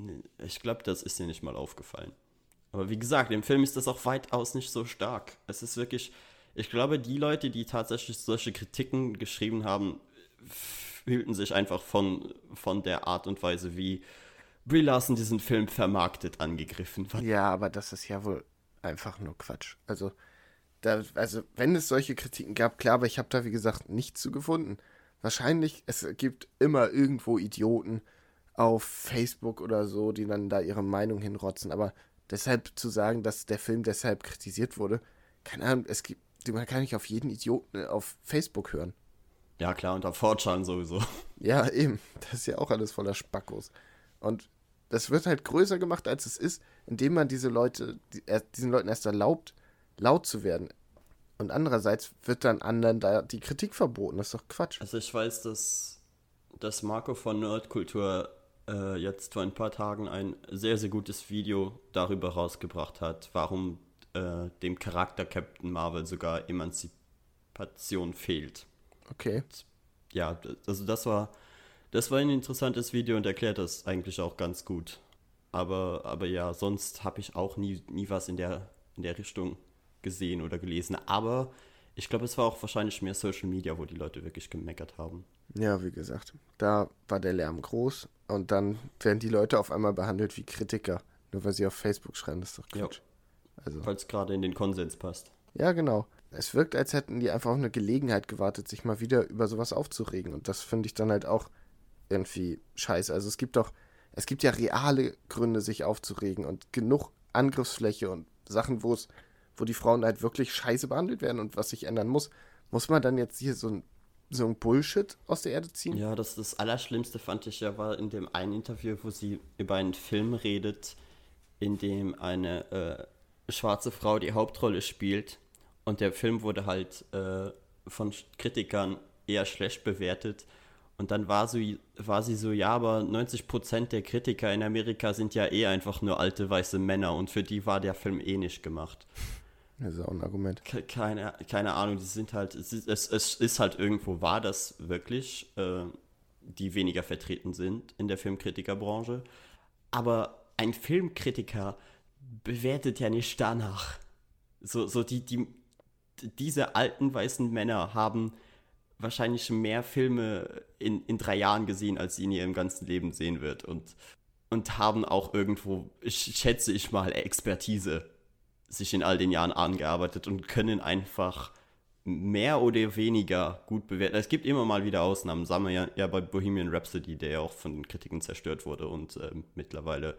Ich glaube, das ist ihr nicht mal aufgefallen. Aber wie gesagt, im Film ist das auch weitaus nicht so stark. Es ist wirklich, ich glaube, die Leute, die tatsächlich solche Kritiken geschrieben haben, fühlten sich einfach von, von der Art und Weise, wie Brie Larson diesen Film vermarktet, angegriffen. Ja, aber das ist ja wohl einfach nur Quatsch. Also, da, also wenn es solche Kritiken gab, klar, aber ich habe da, wie gesagt, nichts zu gefunden. Wahrscheinlich, es gibt immer irgendwo Idioten auf Facebook oder so, die dann da ihre Meinung hinrotzen, aber deshalb zu sagen, dass der Film deshalb kritisiert wurde, keine Ahnung, es gibt, man kann nicht auf jeden Idioten auf Facebook hören. Ja klar, unter four chan sowieso. Ja, eben, das ist ja auch alles voller Spackos. Und das wird halt größer gemacht, als es ist, indem man diese Leute, die, diesen Leuten erst erlaubt, laut zu werden. Und andererseits wird dann anderen da die Kritik verboten. Das ist doch Quatsch. Also ich weiß, dass, dass Marco von Nerdkultur äh, jetzt vor ein paar Tagen ein sehr, sehr gutes Video darüber rausgebracht hat, warum äh, dem Charakter Captain Marvel sogar Emanzipation fehlt. Okay. Ja, also das war, das war ein interessantes Video und erklärt das eigentlich auch ganz gut. Aber, aber ja, sonst habe ich auch nie, nie was in der, in der Richtung gesehen oder gelesen. Aber ich glaube, es war auch wahrscheinlich mehr Social Media, wo die Leute wirklich gemeckert haben. Ja, wie gesagt, da war der Lärm groß und dann werden die Leute auf einmal behandelt wie Kritiker, nur weil sie auf Facebook schreiben. Das ist doch Quatsch. Also. Weil es gerade in den Konsens passt. Ja, genau. es wirkt, als hätten die einfach auf eine Gelegenheit gewartet, sich mal wieder über sowas aufzuregen. Und das finde ich dann halt auch irgendwie scheiße. Also es gibt doch, es gibt ja reale Gründe, sich aufzuregen und genug Angriffsfläche und Sachen, wo es, wo die Frauen halt wirklich scheiße behandelt werden und was sich ändern muss. Muss man dann jetzt hier so ein, so ein Bullshit aus der Erde ziehen? Ja, das, das Allerschlimmste fand ich ja, war in dem einen Interview, wo sie über einen Film redet, in dem eine äh, schwarze Frau die Hauptrolle spielt. Und der Film wurde halt äh, von Kritikern eher schlecht bewertet. Und dann war sie, war sie so, ja, aber neunzig Prozent der Kritiker in Amerika sind ja eh einfach nur alte weiße Männer und für die war der Film eh nicht gemacht. Das ist auch ein Argument. Ke- Keine, keine Ahnung, die sind halt, es ist, es, es ist halt irgendwo wahr, dass wirklich äh, die weniger vertreten sind in der Filmkritikerbranche. Aber ein Filmkritiker bewertet ja nicht danach. So, so die, die, diese alten weißen Männer haben wahrscheinlich mehr Filme in, in drei Jahren gesehen, als sie in ihrem ganzen Leben sehen wird. Und, und haben auch irgendwo, ich, schätze ich mal, Expertise sich in all den Jahren angearbeitet und können einfach mehr oder weniger gut bewerten. Es gibt immer mal wieder Ausnahmen. Sagen wir ja, ja bei Bohemian Rhapsody, der ja auch von den Kritiken zerstört wurde und ähm, mittlerweile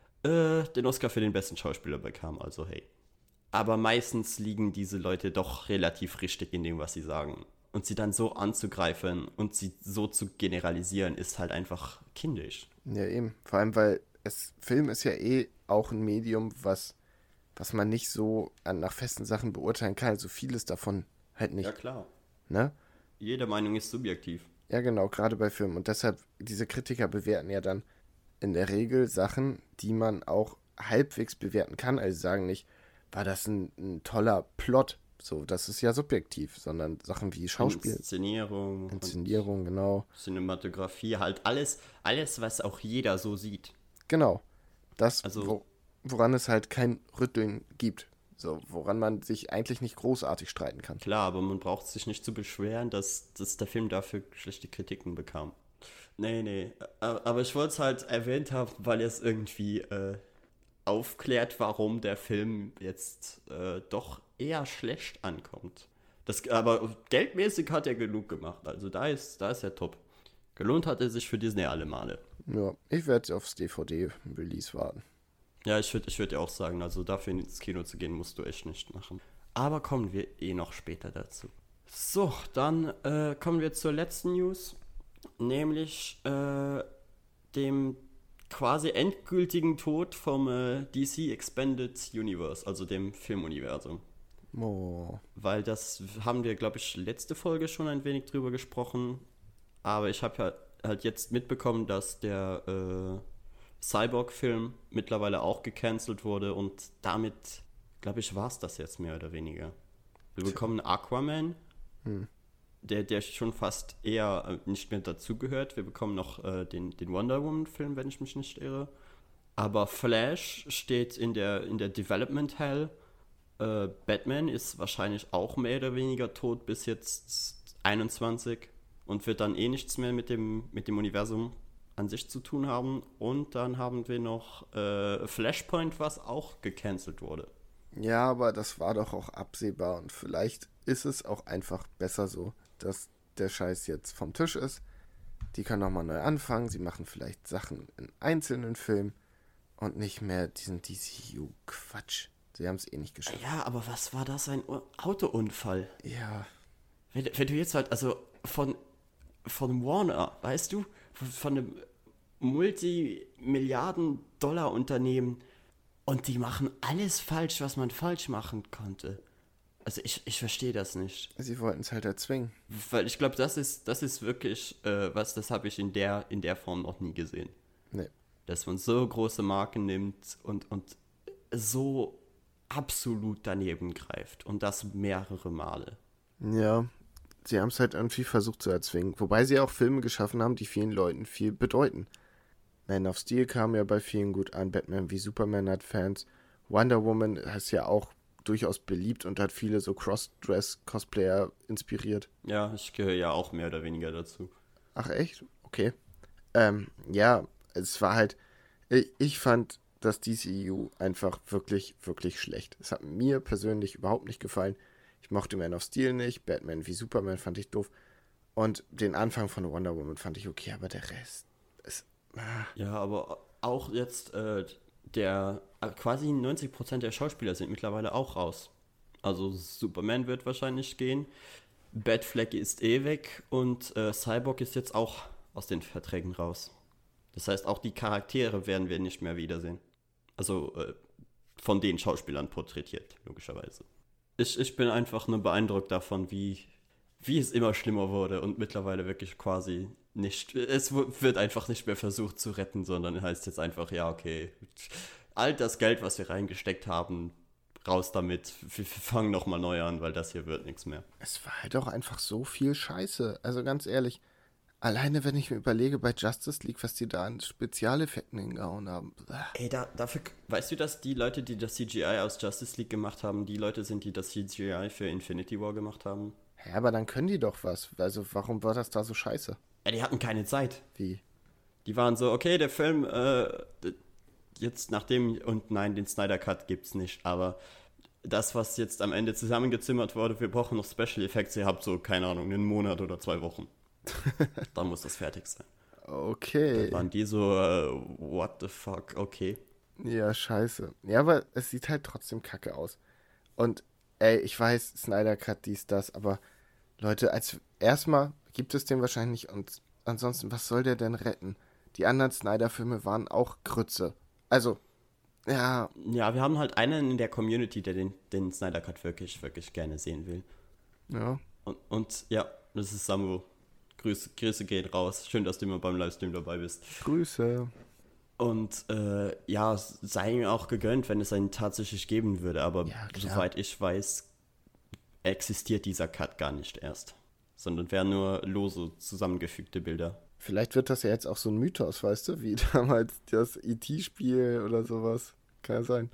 äh, den Oscar für den besten Schauspieler bekam. Also hey. Aber meistens liegen diese Leute doch relativ richtig in dem, was sie sagen. Und sie dann so anzugreifen und sie so zu generalisieren, ist halt einfach kindisch. Ja, eben. Vor allem, weil es, Film ist ja eh auch ein Medium, was, was man nicht so an, nach festen Sachen beurteilen kann. Also vieles davon halt nicht. Ja, klar. Ne? Jede Meinung ist subjektiv. Ja, genau, gerade bei Filmen. Und deshalb, diese Kritiker bewerten ja dann in der Regel Sachen, die man auch halbwegs bewerten kann. Also sie sagen nicht, war das ein, ein toller Plot? So, das ist ja subjektiv, sondern Sachen wie Schauspiel, Inszenierung, Inszenierung, genau. Cinematografie, halt alles, alles, was auch jeder so sieht. Genau. Das, Also- wo, woran es halt kein Rütteln gibt. So, woran man sich eigentlich nicht großartig streiten kann. Klar, aber man braucht sich nicht zu beschweren, dass, dass der Film dafür schlechte Kritiken bekam. Nee, nee. Aber aber ich wollte es halt erwähnt haben, weil es irgendwie äh, aufklärt, warum der Film jetzt äh, doch eher schlecht ankommt. Das, aber geldmäßig hat er genug gemacht. Also da ist, da ist er top. Gelohnt hat er sich für Disney alle Male. Ja, ich werde aufs D V D-Release warten. Ja, ich würde ich würd ja auch sagen, also dafür ins Kino zu gehen, musst du echt nicht machen. Aber kommen wir eh noch später dazu. So, dann äh, kommen wir zur letzten News, nämlich äh, dem quasi endgültigen Tod vom äh, D C Expanded Universe, also dem Filmuniversum. Oh. Weil das haben wir, glaube ich, letzte Folge schon ein wenig drüber gesprochen. Aber ich habe ja halt jetzt mitbekommen, dass der äh, Cyborg-Film mittlerweile auch gecancelt wurde. Und damit, glaube ich, war es das jetzt mehr oder weniger. Wir bekommen Aquaman, Hm. der, der schon fast eher äh, nicht mehr dazugehört. Wir bekommen noch äh, den, den Wonder Woman-Film, wenn ich mich nicht irre. Aber Flash steht in der, in der Development Hell. Äh, Batman ist wahrscheinlich auch mehr oder weniger tot bis jetzt einundzwanzig und wird dann eh nichts mehr mit dem, mit dem Universum an sich zu tun haben. Und dann haben wir noch äh, Flashpoint, was auch gecancelt wurde. Ja, aber das war doch auch absehbar und vielleicht ist es auch einfach besser so, dass der Scheiß jetzt vom Tisch ist. Die können nochmal neu anfangen, sie machen vielleicht Sachen in einzelnen Filmen und nicht mehr diesen D C U-Quatsch. Sie haben es eh nicht geschafft. Ja, aber was war das, ein U- Autounfall? Ja, Wenn, wenn du jetzt halt, also von, von Warner, weißt du, von, von einem Multimilliarden-Dollar-Unternehmen und die machen alles falsch, was man falsch machen konnte. Also ich, ich verstehe das nicht. sie wollten es halt erzwingen. Weil ich glaube, das ist, das ist wirklich äh, was, das habe ich in der, in der Form noch nie gesehen. Nee. Dass man so große Marken nimmt und, und so absolut daneben greift. Und das mehrere Male. Ja, sie haben es halt irgendwie versucht zu erzwingen. Wobei sie auch Filme geschaffen haben, die vielen Leuten viel bedeuten. Man of Steel kam ja bei vielen gut an. Batman wie Superman hat Fans. Wonder Woman ist ja auch durchaus beliebt und hat viele so Crossdress-Cosplayer inspiriert. Ja, ich gehöre ja auch mehr oder weniger dazu. Ach echt? Okay. Ähm, ja, es war halt, ich, ich fand das D C U einfach wirklich, wirklich schlecht. Es hat mir persönlich überhaupt nicht gefallen. Ich mochte Man of Steel nicht, Batman wie Superman fand ich doof. Und den Anfang von Wonder Woman fand ich okay, aber der Rest ist... Ah. Ja, aber auch jetzt, äh, der äh, quasi neunzig Prozent der Schauspieler sind mittlerweile auch raus. Also Superman wird wahrscheinlich gehen, Batfleck ist eh weg und äh, Cyborg ist jetzt auch aus den Verträgen raus. Das heißt, auch die Charaktere werden wir nicht mehr wiedersehen. Also äh, von den Schauspielern porträtiert, logischerweise. Ich, ich bin einfach nur beeindruckt davon, wie, wie es immer schlimmer wurde und mittlerweile wirklich quasi nicht, es w- wird einfach nicht mehr versucht zu retten, sondern heißt jetzt einfach, ja, okay, all das Geld, was wir reingesteckt haben, raus damit, wir fangen nochmal neu an, weil das hier wird nichts mehr. Es war halt auch einfach so viel Scheiße. Also ganz ehrlich, alleine wenn ich mir überlege bei Justice League, was die da an Spezialeffekten hingehauen haben. Ey, da, dafür, weißt du, dass die Leute, die das C G I aus Justice League gemacht haben, die Leute sind, die das C G I für Infinity War gemacht haben? Ja, aber dann können die doch was. Also warum war das da so scheiße? Ja, die hatten keine Zeit. Wie? Die waren so, okay, der Film, äh, jetzt nachdem, und nein, den Snyder Cut gibt's nicht, aber das, was jetzt am Ende zusammengezimmert wurde, wir brauchen noch Special Effects, ihr habt so, keine Ahnung, einen Monat oder zwei Wochen. Dann muss das fertig sein. Okay. Dann waren die so, äh, what the fuck, okay. Ja, scheiße. Ja, aber es sieht halt trotzdem kacke aus. Und, ey, ich weiß, Snyder Cut, dies, das, aber Leute, als erstmal gibt es den wahrscheinlich nicht und ansonsten, was soll der denn retten? Die anderen Snyder-Filme waren auch Grütze. Also, ja, Ja, wir haben halt einen in der Community, der den, den Snyder Cut wirklich, wirklich gerne sehen will. ja. Und, und ja, das ist Samu. Grüße, Grüße gehen raus. Schön, dass du immer beim Livestream dabei bist. Grüße. Und äh, ja, es sei ihm auch gegönnt, wenn es einen tatsächlich geben würde. Aber Ja, klar. soweit ich weiß, existiert dieser Cut gar nicht erst. Sondern wären nur lose zusammengefügte Bilder. Vielleicht wird das ja jetzt auch so ein Mythos, weißt du, wie damals das E T-Spiel oder sowas. Kann ja sein.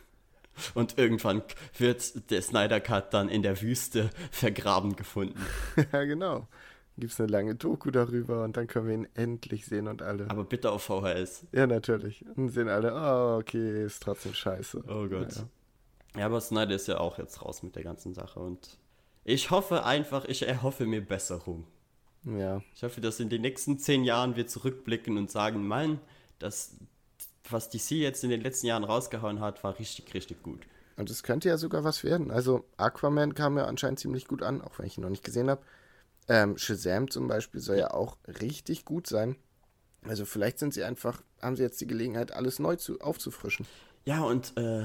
Und irgendwann wird der Snyder Cut dann in der Wüste vergraben gefunden. Ja, genau. Gibt es eine lange Doku darüber und dann können wir ihn endlich sehen und alle. Aber bitte auf V H S. Ja, natürlich. Und sehen alle, oh, okay, ist trotzdem scheiße. Oh Gott. Naja. Ja, aber Snyder ist ja auch jetzt raus mit der ganzen Sache. Und ich hoffe einfach, ich erhoffe mir Besserung. Ja, Ich hoffe, dass in den nächsten zehn Jahren wir zurückblicken und sagen, Mann, das, was D C jetzt in den letzten Jahren rausgehauen hat, war richtig, richtig gut. und es könnte ja sogar was werden. Also Aquaman kam ja anscheinend ziemlich gut an, auch wenn ich ihn noch nicht gesehen habe. Ähm, Shazam zum Beispiel soll ja auch richtig gut sein. Also vielleicht sind sie einfach, haben sie jetzt die Gelegenheit, alles neu zu, aufzufrischen. Ja, und äh,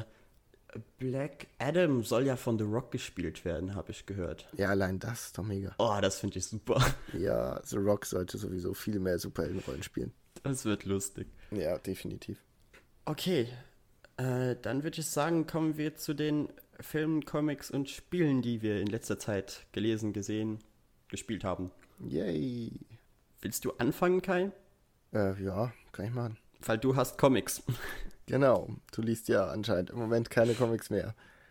Black Adam soll ja von The Rock gespielt werden, habe ich gehört. Ja, allein das ist doch mega. Oh, das finde ich super. Ja, The Rock sollte sowieso viel mehr Superheldenrollen spielen. Das wird lustig. Ja, definitiv. Okay, äh, dann würde ich sagen, kommen wir zu den Filmen, Comics und Spielen, die wir in letzter Zeit gelesen, gesehen, gespielt haben. Yay. Willst du anfangen, Kai? Äh, ja, kann ich machen. Weil du hast Comics. Genau, du liest ja anscheinend im Moment keine Comics mehr.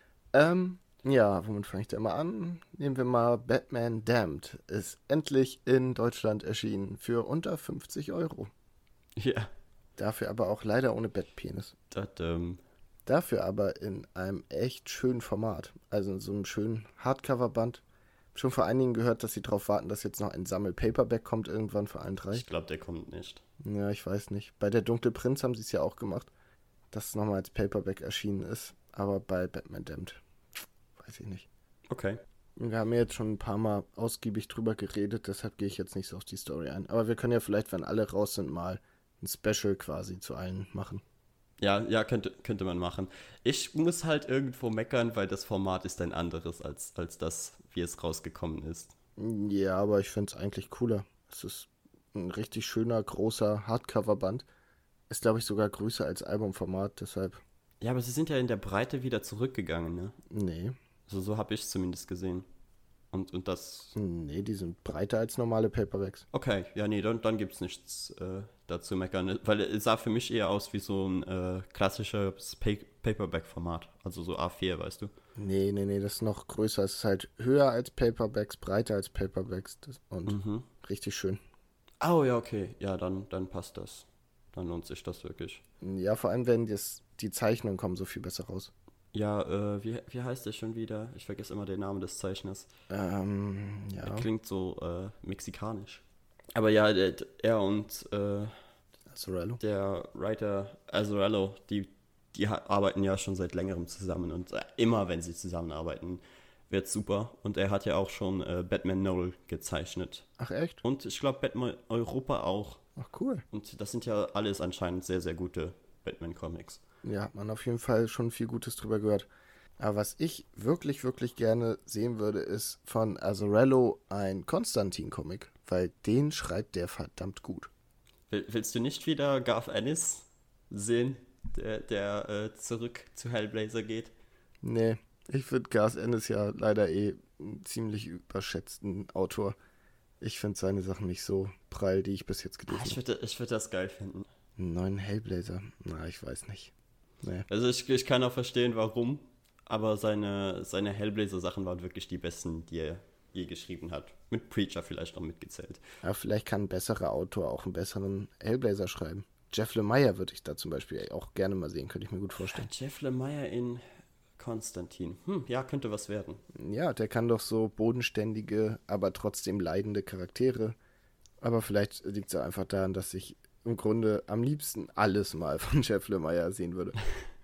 Ähm, ja, womit fange ich da mal an? Nehmen wir mal Batman Damned. Ist endlich in Deutschland erschienen für unter fünfzig Euro. Ja, Dafür aber auch leider ohne Bettpenis. das, ähm, Dafür aber in einem echt schönen Format. Also in so einem schönen Hardcover-Band. Schon vor einigen gehört, dass sie darauf warten, dass jetzt noch ein Sammel-Paperback kommt irgendwann für allen drei. ich glaube, der kommt nicht. Ja, ich weiß nicht. Bei der Dunkle Prinz haben sie es ja auch gemacht, dass es nochmal als Paperback erschienen ist. Aber bei Batman Damned, weiß ich nicht. Okay. Wir haben ja jetzt schon ein paar Mal ausgiebig drüber geredet, deshalb gehe ich jetzt nicht so auf die Story ein. Aber wir können ja vielleicht, wenn alle raus sind, mal ein Special quasi zu allen machen. Ja, ja, könnte, könnte man machen. Ich muss halt irgendwo meckern, weil das Format ist ein anderes als, als das, wie es rausgekommen ist. Ja, aber ich finde es eigentlich cooler. Es ist ein richtig schöner, großer Hardcover-Band. Ist, glaube ich, sogar größer als Albumformat, deshalb, Ja, aber sie sind ja in der Breite wieder zurückgegangen, ne? nee. Also so habe ich es zumindest gesehen. Und, und das... Nee, die sind breiter als normale Paperbacks. Okay, ja, nee, dann, dann gibt es nichts äh, dazu meckern. Weil es sah für mich eher aus wie so ein äh, klassisches pa- Paperback-Format. Also so A vier, weißt du? Nee, nee, nee, das ist noch größer. Es ist halt höher als Paperbacks, breiter als Paperbacks das, und Mhm. richtig schön. Oh ja, okay. Ja, dann, dann passt das. Dann lohnt sich das wirklich. Ja, vor allem, wenn das, die Zeichnungen kommen so viel besser raus. Ja, äh, wie, wie heißt der schon wieder? Ich vergesse immer den Namen des Zeichners. Ähm, ja. Er klingt so äh, mexikanisch. Aber ja, der, er und äh, Azzarello. der Writer Azzarello, die, die ha- arbeiten ja schon seit längerem zusammen. Und äh, immer, wenn sie zusammenarbeiten, wird super. Und er hat ja auch schon äh, Batman Noel gezeichnet. Ach, echt? Und ich glaube, Batman Europa auch. Ach, cool. Und das sind ja alles anscheinend sehr, sehr gute Batman-Comics. Ja, hat man auf jeden Fall schon viel Gutes drüber gehört. Aber was ich wirklich, wirklich gerne sehen würde, ist von Azzarello ein Konstantin-Comic, weil den schreibt der verdammt gut. Will, willst du nicht wieder Garth Ennis sehen, der, der äh, zurück zu Hellblazer geht? Nee, ich finde Garth Ennis ja leider eh einen ziemlich überschätzten Autor. Ich finde seine Sachen nicht so prall, die ich bis jetzt gelesen Ah, ich habe. würde ich würd das geil finden. Einen neuen Hellblazer? Na, ich weiß nicht. Nee. Also ich, ich kann auch verstehen, warum, aber seine, seine Hellblazer-Sachen waren wirklich die besten, die er je geschrieben hat. Mit Preacher vielleicht noch mitgezählt. Aber vielleicht kann ein besserer Autor auch einen besseren Hellblazer schreiben. Jeff Lemire würde ich da zum Beispiel auch gerne mal sehen, könnte ich mir gut vorstellen. Jeff Lemire in Konstantin. Hm, ja, könnte was werden. Ja, der kann doch so bodenständige, aber trotzdem leidende Charaktere. Aber vielleicht liegt es einfach daran, dass ich im Grunde am liebsten alles mal von Jeff Lemire sehen würde.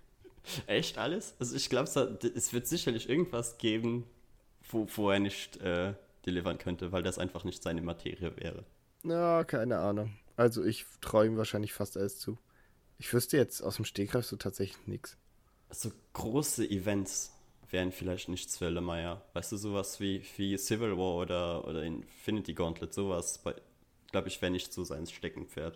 Echt alles? Also ich glaube, es wird sicherlich irgendwas geben, wo, wo er nicht äh, delivern könnte, weil das einfach nicht seine Materie wäre. Na, keine Ahnung. Also ich traue ihm wahrscheinlich fast alles zu. Ich wüsste jetzt aus dem Stegreif so tatsächlich nichts. So große Events wären vielleicht nichts für Lemire. Weißt du, sowas wie, wie Civil War oder, oder Infinity Gauntlet, sowas, glaube ich, wäre nicht so sein Steckenpferd.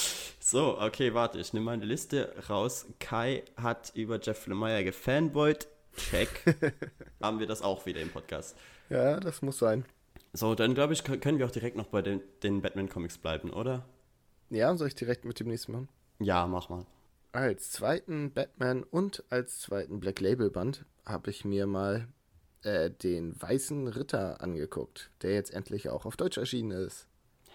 So, okay, warte, ich nehme meine Liste raus. Kai hat über Jeff Lemire gefanboyt. Check. Haben wir das auch wieder im Podcast. Ja, das muss sein. So, dann glaube ich, können wir auch direkt noch bei den, den Batman-Comics bleiben, oder? Ja, soll ich direkt mit dem nächsten machen? Ja, mach mal. Als zweiten Batman und als zweiten Black Label Band habe ich mir mal äh, den Weißen Ritter angeguckt, der jetzt endlich auch auf Deutsch erschienen ist.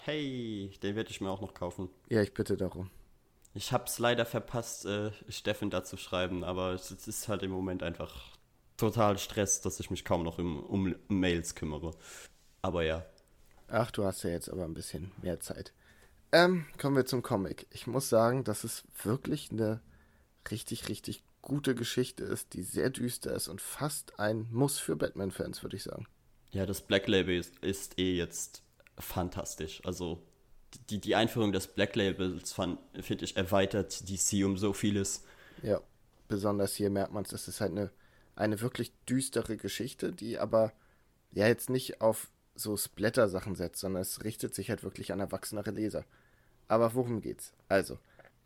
Hey, den werde ich mir auch noch kaufen. Ja, ich bitte darum. Ich habe es leider verpasst, äh, Steffen da zu schreiben, aber es, es ist halt im Moment einfach total Stress, dass ich mich kaum noch im, um Mails kümmere. Aber ja. Ach, du hast ja jetzt aber ein bisschen mehr Zeit. Ähm, kommen wir zum Comic. Ich muss sagen, dass es wirklich eine richtig, richtig gute Geschichte ist, die sehr düster ist und fast ein Muss für Batman-Fans, würde ich sagen. Ja, das Black Label ist, ist eh jetzt fantastisch. Also die, die Einführung des Black Labels, finde ich, erweitert D C um so vieles. Ja, besonders hier merkt man es, es ist halt eine, eine wirklich düstere Geschichte, die aber ja jetzt nicht auf so Splatter-Sachen setzt, sondern es richtet sich halt wirklich an erwachsenere Leser. Aber worum geht's? Also,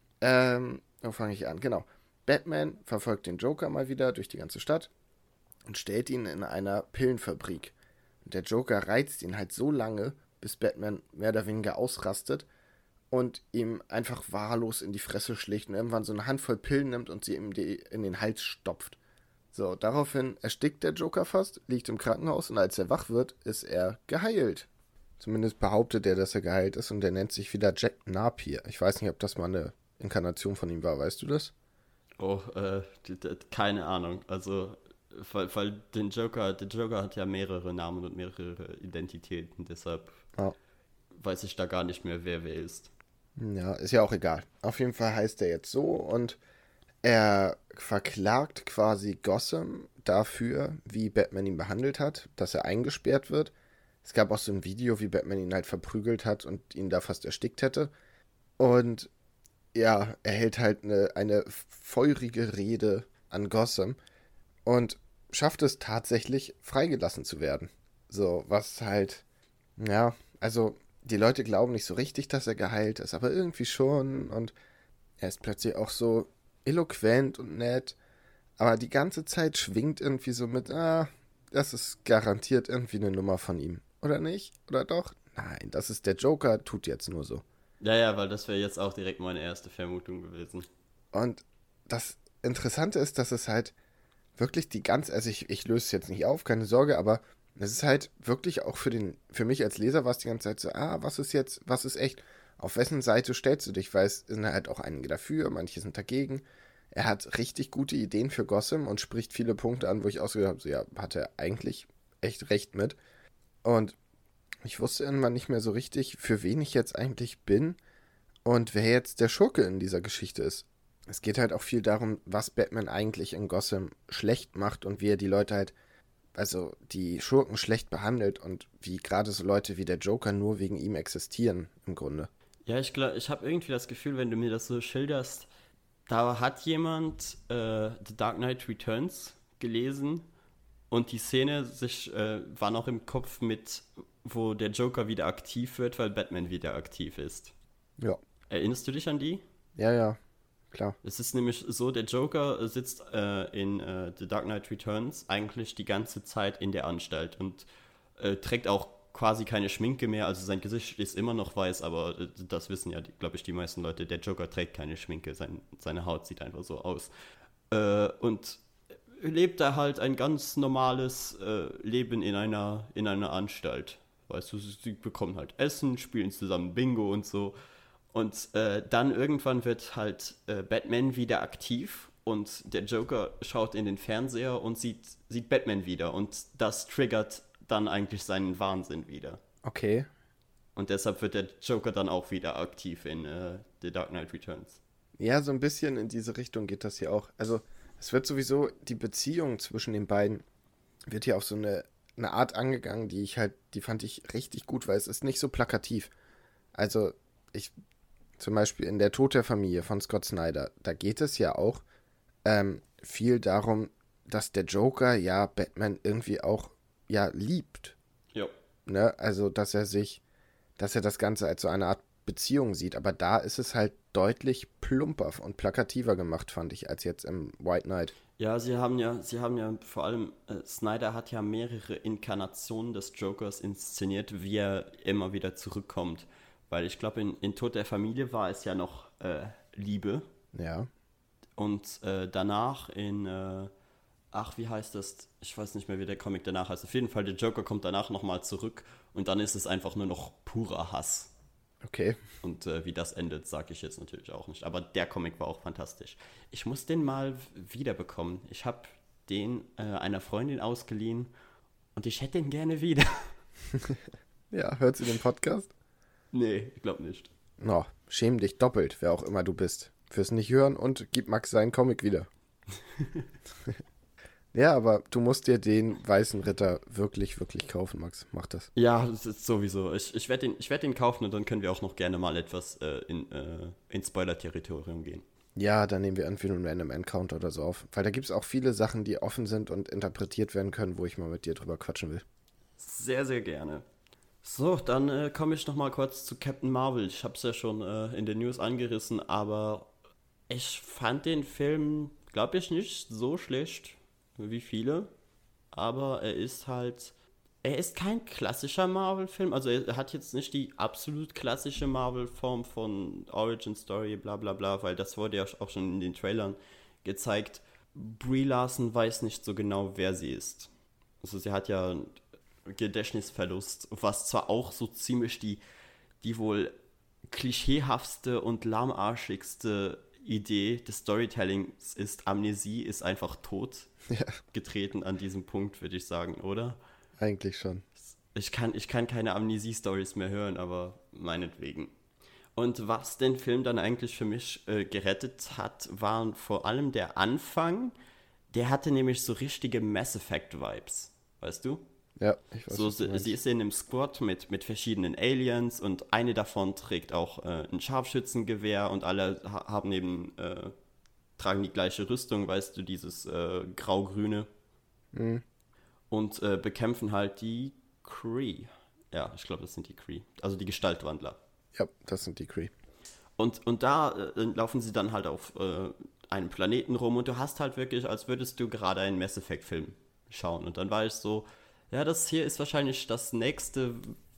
ähm, wo fange ich an? Genau. Batman verfolgt den Joker mal wieder durch die ganze Stadt und stellt ihn in einer Pillenfabrik. Und der Joker reizt ihn halt so lange, bis Batman mehr oder weniger ausrastet und ihm einfach wahllos in die Fresse schlägt und irgendwann so eine Handvoll Pillen nimmt und sie ihm die in den Hals stopft. So, daraufhin erstickt der Joker fast, liegt im Krankenhaus und als er wach wird, ist er geheilt. Zumindest behauptet er, dass er geheilt ist und er nennt sich wieder Jack Napier. Ich weiß nicht, ob das mal eine Inkarnation von ihm war, weißt du das? Oh, äh, d- d- keine Ahnung. Also, weil, weil den Joker, der Joker hat ja mehrere Namen und mehrere Identitäten, deshalb Ja. weiß ich da gar nicht mehr, wer wer ist. Ja, ist ja auch egal. Auf jeden Fall heißt er jetzt so und er verklagt quasi Gotham dafür, wie Batman ihn behandelt hat, dass er eingesperrt wird. Es gab auch so ein Video, wie Batman ihn halt verprügelt hat und ihn da fast erstickt hätte. Und ja, er hält halt eine, eine feurige Rede an Gotham und schafft es tatsächlich, freigelassen zu werden. So, was halt, ja, also die Leute glauben nicht so richtig, dass er geheilt ist, aber irgendwie schon und er ist plötzlich auch so eloquent und nett, aber die ganze Zeit schwingt irgendwie so mit, ah, das ist garantiert irgendwie eine Nummer von ihm. Oder nicht? Oder doch? Nein, das ist der Joker, tut jetzt nur so. Ja, ja, weil das wäre jetzt auch direkt meine erste Vermutung gewesen. Und das Interessante ist, dass es halt wirklich die ganze, also ich, ich löse es jetzt nicht auf, keine Sorge, aber es ist halt wirklich auch für den, für mich als Leser war es die ganze Zeit so, ah, was ist jetzt, was ist echt? Auf wessen Seite stellst du dich? Weil es sind halt auch einige dafür, manche sind dagegen. er hat richtig gute Ideen für Gotham und spricht viele Punkte an, wo ich ausgedacht habe, so, ja, hat er eigentlich echt recht mit. Und ich wusste irgendwann nicht mehr so richtig, für wen ich jetzt eigentlich bin und wer jetzt der Schurke in dieser Geschichte ist. Es geht halt auch viel darum, was Batman eigentlich in Gotham schlecht macht und wie er die Leute halt, also die Schurken schlecht behandelt und wie gerade so Leute wie der Joker nur wegen ihm existieren, im Grunde. Ja, ich glaube, ich habe irgendwie das Gefühl, wenn du mir das so schilderst, da hat jemand äh, The Dark Knight Returns gelesen und die Szene sich, äh, war noch im Kopf mit, wo der Joker wieder aktiv wird, weil Batman wieder aktiv ist. Ja. Erinnerst du dich an die? Ja, ja, klar. Es ist nämlich so, der Joker sitzt äh, in äh, The Dark Knight Returns eigentlich die ganze Zeit in der Anstalt und äh, trägt auch quasi keine Schminke mehr, also sein Gesicht ist immer noch weiß, aber äh, das wissen ja, glaube ich, die meisten Leute, der Joker trägt keine Schminke, sein, seine Haut sieht einfach so aus. Äh, und lebt da halt ein ganz normales äh, Leben in einer, in einer Anstalt. Weißt du, sie bekommen halt Essen, spielen zusammen Bingo und so. Und äh, dann irgendwann wird halt äh, Batman wieder aktiv und der Joker schaut in den Fernseher und sieht, sieht Batman wieder und das triggert dann eigentlich seinen Wahnsinn wieder. Okay. Und deshalb wird der Joker dann auch wieder aktiv in äh, The Dark Knight Returns. Ja, so ein bisschen in diese Richtung geht das hier auch. Also es wird sowieso, die Beziehung zwischen den beiden wird hier auf so eine, eine Art angegangen, die ich halt, die fand ich richtig gut, weil es ist nicht so plakativ. Also ich, zum Beispiel in Der Tod der Familie von Scott Snyder, da geht es ja auch ähm, viel darum, dass der Joker ja Batman irgendwie auch ja liebt. Ja. Ne? Also, dass er sich, dass er das Ganze als so eine Art Beziehung sieht. Aber da ist es halt deutlich plumper und plakativer gemacht, fand ich, als jetzt im White Knight. Ja, sie haben ja, sie haben ja vor allem, äh, Snyder hat ja mehrere Inkarnationen des Jokers inszeniert, wie er immer wieder zurückkommt. Weil ich glaube, in, in Tod der Familie war es ja noch äh, Liebe. Ja. Und äh, danach in, äh, ach, wie heißt das? Ich weiß nicht mehr, wie der Comic danach heißt. Auf jeden Fall, der Joker kommt danach nochmal zurück und dann ist es einfach nur noch purer Hass. Okay. Und äh, wie das endet, sage ich jetzt natürlich auch nicht. Aber der Comic war auch fantastisch. Ich muss den mal wiederbekommen. Ich habe den äh, einer Freundin ausgeliehen und ich hätte den gerne wieder. Ja, hört sie den Podcast? Nee, ich glaube nicht. No, schäm dich doppelt, wer auch immer du bist. Fürs Nicht-Hören und gib Max seinen Comic wieder. Ja, aber du musst dir den Weißen Ritter wirklich, wirklich kaufen, Max. Mach das. Ja, das ist sowieso. Ich, ich werde den, ich werd den kaufen und dann können wir auch noch gerne mal etwas äh, in, äh, ins Spoiler-Territorium gehen. Ja, dann nehmen wir irgendwie einen Random Encounter oder so auf. Weil da gibt es auch viele Sachen, die offen sind und interpretiert werden können, wo ich mal mit dir drüber quatschen will. Sehr, sehr gerne. So, dann äh, komme ich noch mal kurz zu Captain Marvel. Ich habe es ja schon äh, in den News angerissen, aber ich fand den Film, glaube ich, nicht so schlecht wie viele. Aber er ist halt, er ist kein klassischer Marvel-Film. Also er hat jetzt nicht die absolut klassische Marvel-Form von Origin Story, bla bla bla, weil das wurde ja auch schon in den Trailern gezeigt. Brie Larson weiß nicht so genau, wer sie ist. Also sie hat ja Gedächtnisverlust, was zwar auch so ziemlich die, die wohl klischeehaftste und lahmarschigste Idee des Storytellings ist, Amnesie ist einfach tot, Ja, getreten an diesem Punkt, würde ich sagen, oder? eigentlich schon. Ich kann, ich kann keine Amnesie-Stories mehr hören, aber meinetwegen. Und was den Film dann eigentlich für mich äh, gerettet hat, waren vor allem der Anfang. Der hatte nämlich so richtige Mass Effect-Vibes, weißt du? Ja, ich weiß So, was du sie, meinst. sie ist in einem Squad mit, mit verschiedenen Aliens und eine davon trägt auch äh, ein Scharfschützengewehr und alle ha- haben eben, äh, tragen die gleiche Rüstung, weißt du, dieses äh, grau-grüne Mhm. und äh, bekämpfen halt die Kree. Ja, ich glaube, das sind die Kree, also die Gestaltwandler. Ja, das sind die Kree. Und, und da äh, laufen sie dann halt auf äh, einem Planeten rum und du hast halt wirklich, als würdest du gerade einen Mass Effect-Film schauen. Und dann war ich so, ja, das hier ist wahrscheinlich das nächste,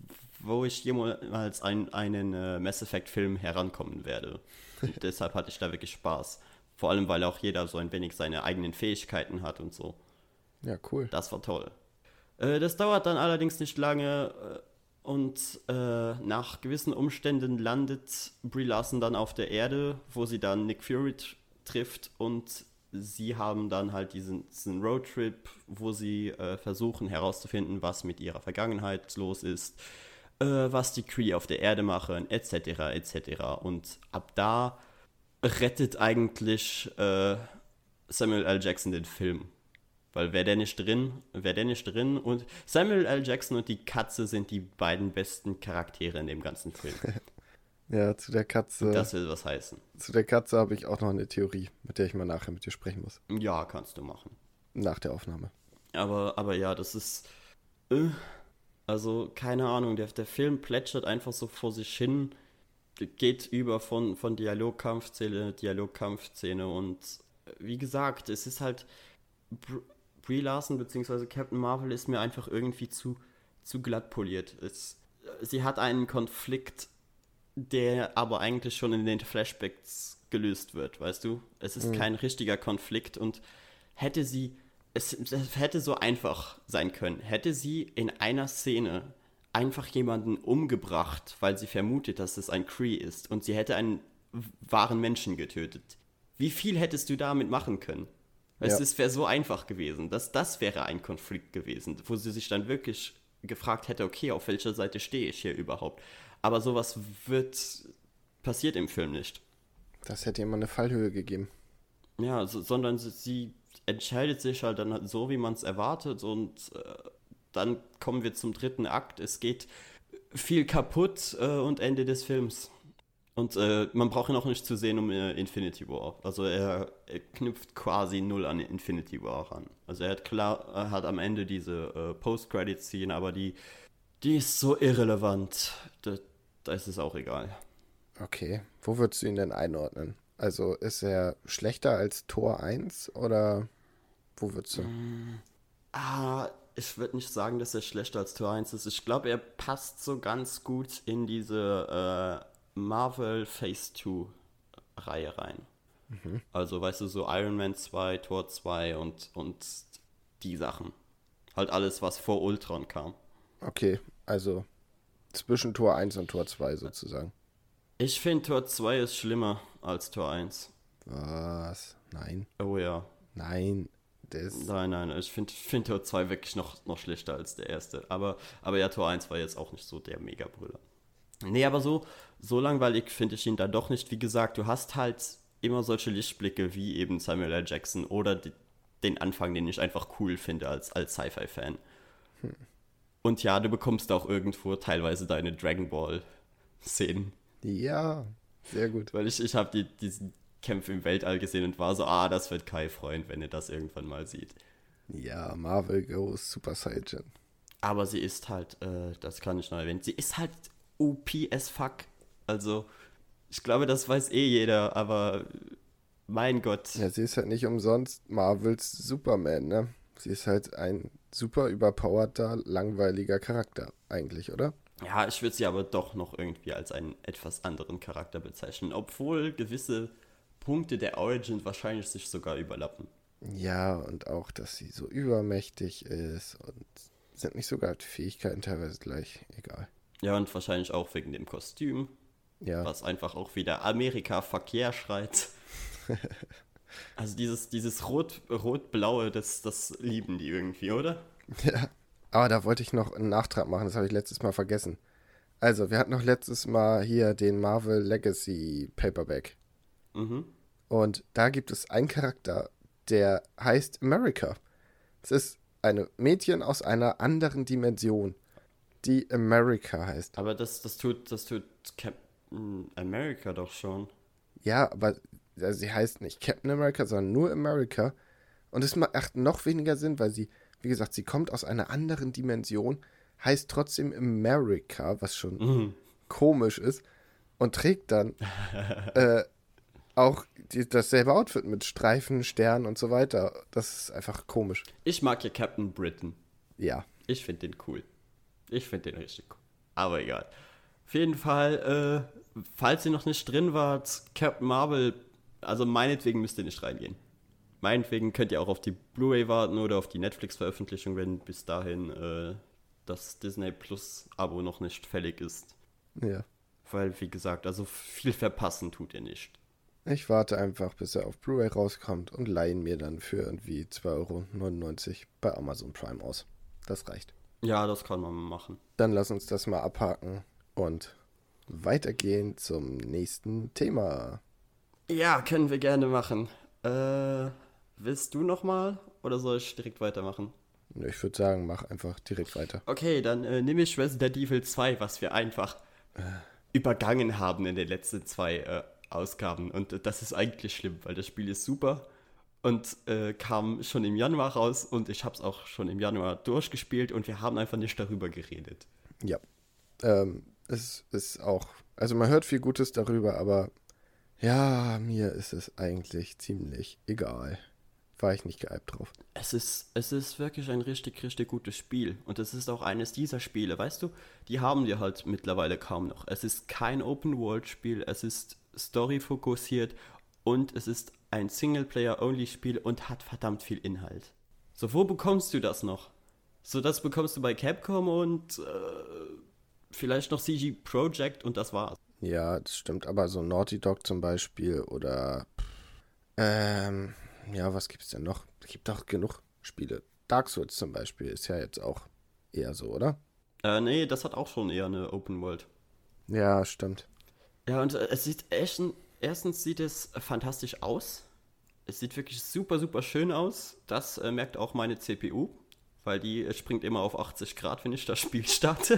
wo ich jemals ein, einen äh, Mass Effect-Film herankommen werde. Und deshalb hatte ich da wirklich Spaß. Vor allem, weil auch jeder so ein wenig seine eigenen Fähigkeiten hat und so. Ja, cool. Das war toll. Äh, das dauert dann allerdings nicht lange äh, und äh, nach gewissen Umständen landet Brie Larson dann auf der Erde, wo sie dann Nick Fury t- trifft und sie haben dann halt diesen, diesen Roadtrip, wo sie äh, versuchen herauszufinden, was mit ihrer Vergangenheit los ist, äh, was die Kree auf der Erde machen, et cetera et cetera. Und ab da rettet eigentlich äh, Samuel L. Jackson den Film. Weil wäre der nicht drin, wäre der nicht drin und Samuel L. Jackson und die Katze sind die beiden besten Charaktere in dem ganzen Film. Ja, zu der Katze. Das will was heißen. Zu der Katze habe ich auch noch eine Theorie, mit der ich mal nachher mit dir sprechen muss. Ja, kannst du machen. Nach der Aufnahme. Aber, aber ja, das ist. Äh, also, keine Ahnung, der, der Film plätschert einfach so vor sich hin, geht über von, von Dialogkampfszene, Dialogkampfszene und äh, wie gesagt, es ist halt. Br- Brie Larson bzw. Captain Marvel ist mir einfach irgendwie zu, zu glatt poliert. Es, sie hat einen Konflikt, der aber eigentlich schon in den Flashbacks gelöst wird, weißt du? Es ist mhm. kein richtiger Konflikt und hätte sie, es, es hätte so einfach sein können, hätte sie in einer Szene einfach jemanden umgebracht, weil sie vermutet, dass es ein Kree ist und sie hätte einen wahren Menschen getötet. Wie viel hättest du damit machen können? Weißt du, ja. Es wäre so einfach gewesen. Das, das wäre ein Konflikt gewesen, wo sie sich dann wirklich gefragt hätte, okay, auf welcher Seite stehe ich hier überhaupt? Aber sowas wird passiert im Film nicht. Das hätte immer eine Fallhöhe gegeben. Ja, so, sondern sie, sie entscheidet sich halt dann halt so, wie man es erwartet und äh, dann kommen wir zum dritten Akt. Es geht viel kaputt äh, und Ende des Films. Und äh, man braucht ihn auch nicht zu sehen um äh, Infinity War. Also er, er knüpft quasi null an Infinity War ran. Also er hat klar, er hat am Ende diese äh, Post-Credit-Scene, aber die, die ist so irrelevant. Da, da ist es auch egal. Okay, wo würdest du ihn denn einordnen? Also ist er schlechter als Tor eins oder wo würdest du? Mm, ah, ich würde nicht sagen, dass er schlechter als Tor eins ist. Ich glaube, er passt so ganz gut in diese äh, Marvel Phase zwei Reihe rein. Mhm. Also, weißt du, so Iron Man zwei, Tor zwei und, und die Sachen. Halt alles, was vor Ultron kam. Okay, also zwischen Tor eins und Tor zwei sozusagen. Ich finde, Tor zwei ist schlimmer als Tor eins. Was? Nein. Oh ja. Nein. Das nein, nein, ich finde find Tor zwei wirklich noch, noch schlechter als der erste. Aber, aber ja, Tor eins war jetzt auch nicht so der Mega-Brüller. Nee, aber so, so langweilig finde ich ihn da doch nicht. Wie gesagt, du hast halt immer solche Lichtblicke wie eben Samuel L. Jackson oder die, den Anfang, den ich einfach cool finde als, als Sci-Fi-Fan. Hm. Und ja, du bekommst auch irgendwo teilweise deine Dragon Ball-Szenen. Ja, sehr gut. Weil ich, ich habe die, diesen Kämpfe im Weltall gesehen und war so, ah, das wird Kai freuen, wenn er das irgendwann mal sieht. Ja, Marvel Goes Super Saiyan. Aber sie ist halt, äh, das kann ich noch erwähnen, sie ist halt O P as fuck. Also, ich glaube, das weiß eh jeder, aber mein Gott. Ja, sie ist halt nicht umsonst Marvels Superman, ne? Sie ist halt ein super überpowerter, langweiliger Charakter eigentlich, oder? Ja, ich würde sie aber doch noch irgendwie als einen etwas anderen Charakter bezeichnen, obwohl gewisse Punkte der Origin wahrscheinlich sich sogar überlappen. Ja, und auch, dass sie so übermächtig ist und sind nicht sogar die Fähigkeiten teilweise gleich, egal. Ja, und wahrscheinlich auch wegen dem Kostüm, ja. Was einfach auch wieder Amerika-Verkehr schreit. Also dieses, dieses Rot, Rot-Blaue, das, das lieben die irgendwie, oder? Ja, aber da wollte ich noch einen Nachtrag machen, das habe ich letztes Mal vergessen. Also, wir hatten noch letztes Mal hier den Marvel Legacy Paperback. Mhm. Und da gibt es einen Charakter, der heißt America. Es ist eine Mädchen aus einer anderen Dimension, die America heißt. Aber das, das tut, das tut Captain America doch schon. Ja, aber also sie heißt nicht Captain America, sondern nur America. Und es macht noch weniger Sinn, weil sie, wie gesagt, sie kommt aus einer anderen Dimension, heißt trotzdem America, was schon mhm. komisch ist, und trägt dann äh, auch die, dasselbe Outfit mit Streifen, Sternen und so weiter. Das ist einfach komisch. Ich mag ja Captain Britain. Ja. Ich finde den cool. Ich finde den richtig cool. Aber egal. Auf jeden Fall, äh, falls ihr noch nicht drin wart, Captain Marvel, also meinetwegen müsst ihr nicht reingehen. Meinetwegen könnt ihr auch auf die Blu-ray warten oder auf die Netflix-Veröffentlichung, wenn bis dahin äh, das Disney Plus-Abo noch nicht fällig ist. Ja. Weil, wie gesagt, also viel verpassen tut ihr nicht. Ich warte einfach, bis er auf Blu-ray rauskommt und leihe ihn mir dann für irgendwie zwei Euro neunundneunzig bei Amazon Prime aus. Das reicht. Ja, das kann man machen. Dann lass uns das mal abhaken und weitergehen zum nächsten Thema. Ja, können wir gerne machen. Äh, willst du nochmal oder soll ich direkt weitermachen? Ich würde sagen, mach einfach direkt weiter. Okay, dann äh, nehme ich Resident Evil zwei, was wir einfach äh, übergangen haben in den letzten zwei äh, Ausgaben. Und äh, das ist eigentlich schlimm, weil das Spiel ist super und äh, kam schon im Januar raus und ich habe es auch schon im Januar durchgespielt und wir haben einfach nicht darüber geredet. Ja, ähm, es ist auch, also man hört viel Gutes darüber, aber ja, mir ist es eigentlich ziemlich egal. War ich nicht gehypt drauf. Es ist, es ist wirklich ein richtig, richtig gutes Spiel. Und es ist auch eines dieser Spiele, weißt du, die haben wir halt mittlerweile kaum noch. Es ist kein Open-World-Spiel, es ist Story-fokussiert und es ist ein Singleplayer-Only-Spiel und hat verdammt viel Inhalt. So, wo bekommst du das noch? So, das bekommst du bei Capcom und äh, vielleicht noch C G Projekt und das war's. Ja, das stimmt, aber so Naughty Dog zum Beispiel oder ähm, ja, was gibt's denn noch? Es gibt doch genug Spiele. Dark Souls zum Beispiel ist ja jetzt auch eher so, oder? Äh, nee, das hat auch schon eher eine Open World. Ja, stimmt. Ja, und äh, es sieht echt, erstens sieht es fantastisch aus. Es sieht wirklich super, super schön aus. Das äh, merkt auch meine C P U, weil die äh, springt immer auf achtzig Grad, wenn ich das Spiel starte.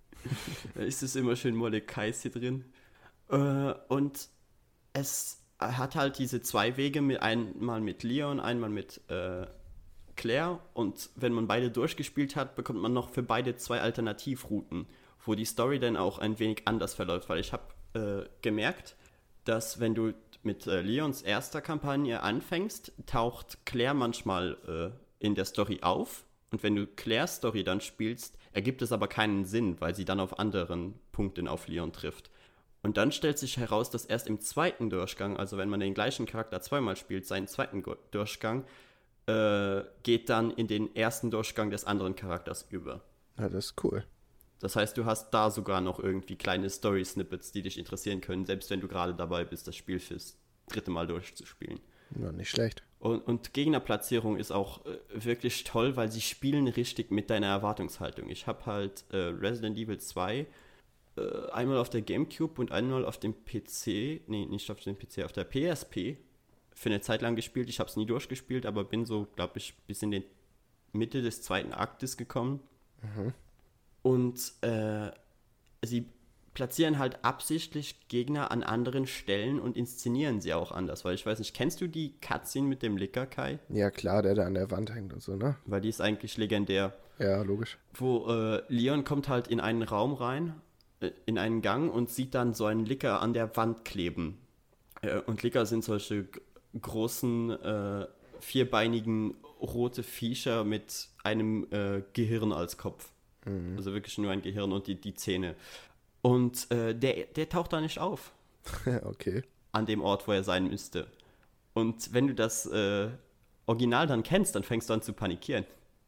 Da ist es immer schön Mordekais hier drin. Äh, und es hat halt diese zwei Wege, mit, einmal mit Leon, einmal mit äh, Claire. Und wenn man beide durchgespielt hat, bekommt man noch für beide zwei Alternativrouten, wo die Story dann auch ein wenig anders verläuft. Weil ich habe äh, gemerkt, dass wenn du mit äh, Leons erster Kampagne anfängst, taucht Claire manchmal äh, in der Story auf. Und wenn du Claires Story dann spielst, ergibt es aber keinen Sinn, weil sie dann auf anderen Punkten auf Leon trifft. Und dann stellt sich heraus, dass erst im zweiten Durchgang, also wenn man den gleichen Charakter zweimal spielt, seinen zweiten Durchgang, äh, geht dann in den ersten Durchgang des anderen Charakters über. Ja, das ist cool. Das heißt, du hast da sogar noch irgendwie kleine Story-Snippets, die dich interessieren können, selbst wenn du gerade dabei bist, das Spiel fürs dritte Mal durchzuspielen. Ja, nicht schlecht. Und, und Gegnerplatzierung ist auch äh, wirklich toll, weil sie spielen richtig mit deiner Erwartungshaltung. Ich habe halt äh, Resident Evil zwei äh, einmal auf der Gamecube und einmal auf dem P C, nee, nicht auf dem P C, auf der P S P für eine Zeit lang gespielt. Ich habe es nie durchgespielt, aber bin so, glaube ich, bis in die Mitte des zweiten Aktes gekommen. Mhm. Und äh, sie platzieren halt absichtlich Gegner an anderen Stellen und inszenieren sie auch anders. Weil ich weiß nicht, kennst du die Cutscene mit dem Licker-Kai? Ja, klar, der da an der Wand hängt und so, ne? Weil die ist eigentlich legendär. Ja, logisch. Wo äh, Leon kommt halt in einen Raum rein, äh, in einen Gang und sieht dann so einen Licker an der Wand kleben. Äh, und Licker sind solche g- großen, äh, vierbeinigen rote Viecher mit einem äh, Gehirn als Kopf. Mhm. Also wirklich nur ein Gehirn und die, die Zähne. Und äh, der, der taucht da nicht auf. Okay. An dem Ort, wo er sein müsste. Und wenn du das äh, Original dann kennst, dann fängst du an zu panikieren.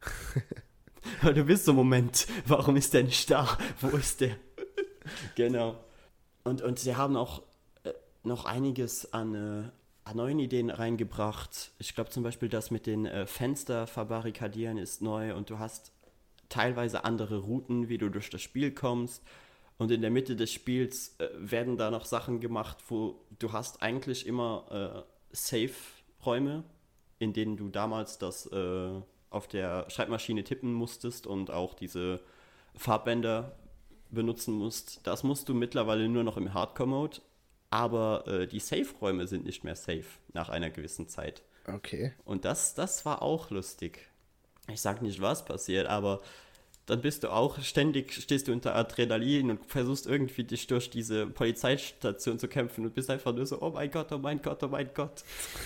Weil du bist so, Moment, warum ist der nicht da? Wo ist der? Genau. Und, und sie haben auch äh, noch einiges an, äh, an neuen Ideen reingebracht. Ich glaube zum Beispiel, das mit den äh, Fenster verbarrikadieren ist neu und du hast teilweise andere Routen, wie du durch das Spiel kommst. Und in der Mitte des Spiels äh, werden da noch Sachen gemacht, wo du hast eigentlich immer äh, Safe-Räume, in denen du damals das äh, auf der Schreibmaschine tippen musstest und auch diese Farbbänder benutzen musst. Das musst du mittlerweile nur noch im Hardcore-Mode, aber äh, die Safe-Räume sind nicht mehr safe nach einer gewissen Zeit. Okay. Und das, das war auch lustig. Ich sag nicht, was passiert, aber dann bist du auch ständig, stehst du unter Adrenalin und versuchst irgendwie dich durch diese Polizeistation zu kämpfen und bist einfach nur so, oh mein Gott, oh mein Gott, oh mein Gott.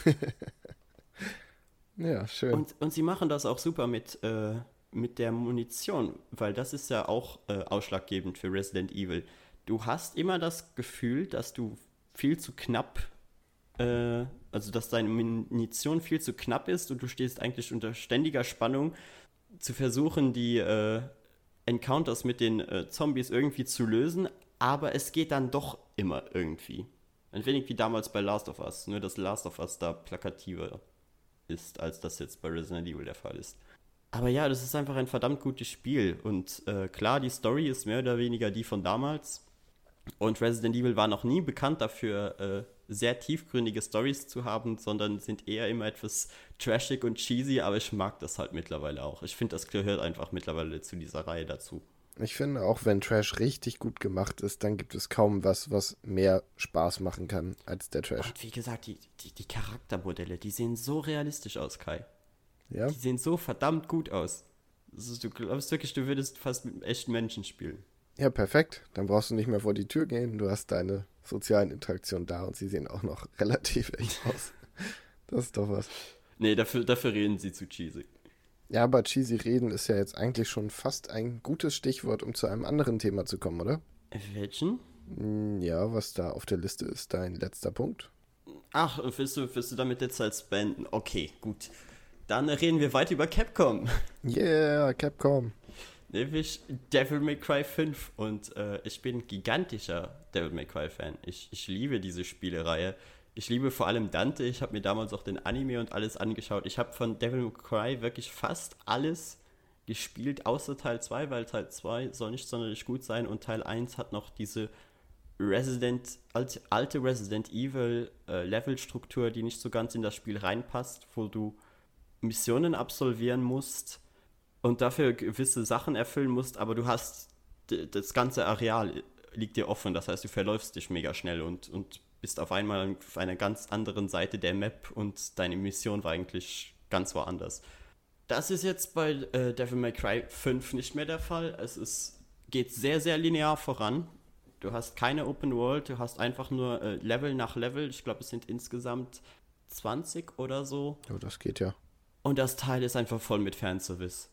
Ja, schön. Und, und sie machen das auch super mit, äh, mit der Munition, weil das ist ja auch äh, ausschlaggebend für Resident Evil. Du hast immer das Gefühl, dass du viel zu knapp, äh, also dass deine Munition viel zu knapp ist und du stehst eigentlich unter ständiger Spannung, zu versuchen, die äh, Encounters mit den äh, Zombies irgendwie zu lösen, aber es geht dann doch immer irgendwie. Ein wenig wie damals bei Last of Us, nur dass Last of Us da plakativer ist, als das jetzt bei Resident Evil der Fall ist. Aber ja, das ist einfach ein verdammt gutes Spiel. Und äh, klar, die Story ist mehr oder weniger die von damals. Und Resident Evil war noch nie bekannt dafür, äh, sehr tiefgründige Storys zu haben, sondern sind eher immer etwas trashig und cheesy, aber ich mag das halt mittlerweile auch. Ich finde, das gehört einfach mittlerweile zu dieser Reihe dazu. Ich finde, auch wenn Trash richtig gut gemacht ist, dann gibt es kaum was, was mehr Spaß machen kann als der Trash. Und wie gesagt, die, die, die Charaktermodelle, die sehen so realistisch aus, Kai. Ja? Die sehen so verdammt gut aus. Also, du glaubst wirklich, du würdest fast mit einem echten Menschen spielen. Ja, perfekt. Dann brauchst du nicht mehr vor die Tür gehen. Du hast deine sozialen Interaktionen da und sie sehen auch noch relativ echt aus. Das ist doch was. Nee, dafür, dafür reden sie zu cheesy. Ja, aber cheesy reden ist ja jetzt eigentlich schon fast ein gutes Stichwort, um zu einem anderen Thema zu kommen, oder? Welchen? Hm, ja, was da auf der Liste ist, dein letzter Punkt. Ach, willst du, willst du damit jetzt halt spenden? Okay, gut. Dann reden wir weiter über Capcom. Yeah, Capcom. Nämlich Devil May Cry fünf. Und äh, ich bin ein gigantischer Devil May Cry Fan. Ich, ich liebe diese Spielereihe. Ich liebe vor allem Dante. Ich habe mir damals auch den Anime und alles angeschaut. Ich habe von Devil May Cry wirklich fast alles gespielt, außer Teil zwei, weil Teil zwei soll nicht sonderlich gut sein. Und Teil eins hat noch diese Resident, alte, alte Resident Evil äh, Levelstruktur, die nicht so ganz in das Spiel reinpasst, wo du Missionen absolvieren musst und dafür gewisse Sachen erfüllen musst, aber du hast, d- das ganze Areal liegt dir offen, das heißt, du verläufst dich mega schnell und, und bist auf einmal auf einer ganz anderen Seite der Map und deine Mission war eigentlich ganz woanders. Das ist jetzt bei äh, Devil May Cry fünf nicht mehr der Fall. Es ist, geht sehr, sehr linear voran. Du hast keine Open World, du hast einfach nur äh, Level nach Level. Ich glaube, es sind insgesamt zwanzig oder so. Oh, das geht ja. Und das Teil ist einfach voll mit Fanservice.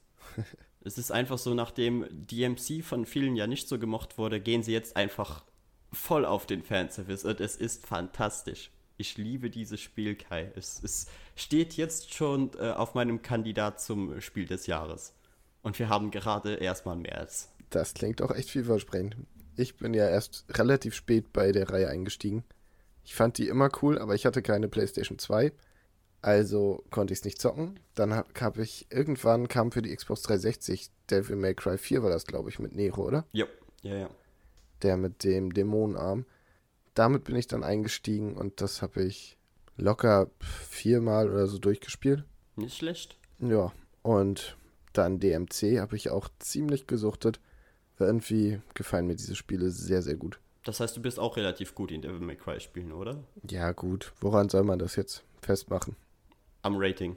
Es ist einfach so, nachdem D M C von vielen ja nicht so gemocht wurde, gehen sie jetzt einfach voll auf den Fanservice. Und es ist fantastisch. Ich liebe dieses Spiel, Kai. Es, es steht jetzt schon äh, auf meinem Kandidat zum Spiel des Jahres. Und wir haben gerade erstmal März. Das klingt auch echt vielversprechend. Ich bin ja erst relativ spät bei der Reihe eingestiegen. Ich fand die immer cool, aber ich hatte keine PlayStation zwei. Also konnte ich es nicht zocken. Dann habe hab ich, irgendwann kam für die Xbox dreihundertsechzig Devil May Cry vier, war das, glaube ich, mit Nero, oder? Ja, ja, ja. Der mit dem Dämonenarm. Damit bin ich dann eingestiegen und das habe ich locker viermal oder so durchgespielt. Nicht schlecht. Ja, und dann D M C habe ich auch ziemlich gesuchtet. Weil irgendwie gefallen mir diese Spiele sehr, sehr gut. Das heißt, du bist auch relativ gut in Devil May Cry spielen, oder? Ja, gut. Woran soll man das jetzt festmachen? Am Rating.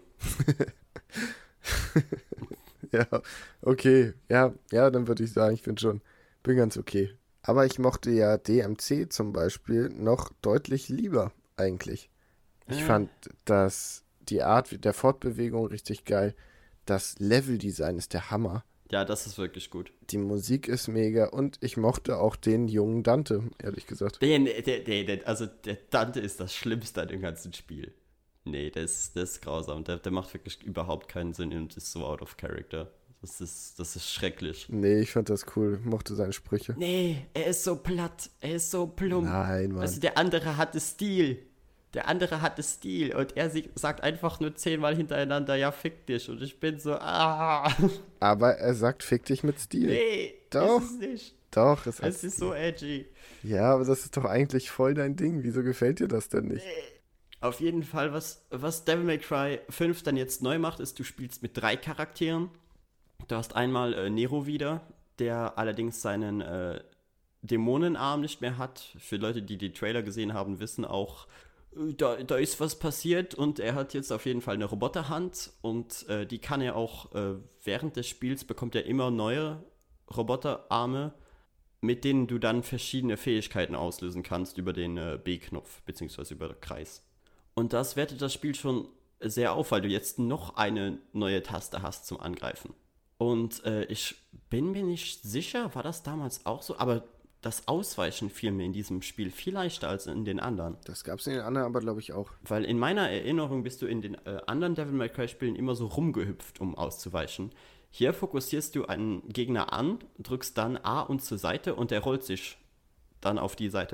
Ja, okay. Ja, ja, dann würde ich sagen, ich bin schon, bin ganz okay. Aber ich mochte ja D M C zum Beispiel noch deutlich lieber eigentlich. Ich Äh. fand, dass die Art der Fortbewegung richtig geil. Das Leveldesign ist der Hammer. Ja, das ist wirklich gut. Die Musik ist mega und ich mochte auch den jungen Dante, ehrlich gesagt. Den, der, der, der, also der Dante ist das Schlimmste an dem ganzen Spiel. Nee, der ist, der ist grausam. Der, der macht wirklich überhaupt keinen Sinn und ist so out of character. Das ist, das ist schrecklich. Nee, ich fand das cool. Mochte seine Sprüche. Nee, er ist so platt. Er ist so plump. Nein, Mann. Also der andere hatte Stil. Der andere hatte Stil und er sie- sagt einfach nur zehnmal hintereinander, ja, fick dich. Und ich bin so, ah. Aber er sagt, fick dich mit Stil. Nee, Doch. ist es nicht. Doch, es, Es ist so edgy. Ja, aber das ist doch eigentlich voll dein Ding. Wieso gefällt dir das denn nicht? Auf jeden Fall, was, was Devil May Cry fünf dann jetzt neu macht, ist, du spielst mit drei Charakteren. Du hast einmal äh, Nero wieder, der allerdings seinen äh, Dämonenarm nicht mehr hat. Für Leute, die die Trailer gesehen haben, wissen auch, äh, da, da ist was passiert und er hat jetzt auf jeden Fall eine Roboterhand und äh, die kann er auch äh, während des Spiels, bekommt er immer neue Roboterarme, mit denen du dann verschiedene Fähigkeiten auslösen kannst über den äh, B-Knopf, beziehungsweise über den Kreis. Und das wertet das Spiel schon sehr auf, weil du jetzt noch eine neue Taste hast zum Angreifen. Und äh, ich bin mir nicht sicher, war das damals auch so, aber das Ausweichen fiel mir in diesem Spiel viel leichter als in den anderen. Das gab's in den anderen aber, glaube ich, auch. Weil in meiner Erinnerung bist du in den äh, anderen Devil May Cry Spielen immer so rumgehüpft, um auszuweichen. Hier fokussierst du einen Gegner an, drückst dann A und zur Seite und er rollt sich dann auf die Seite.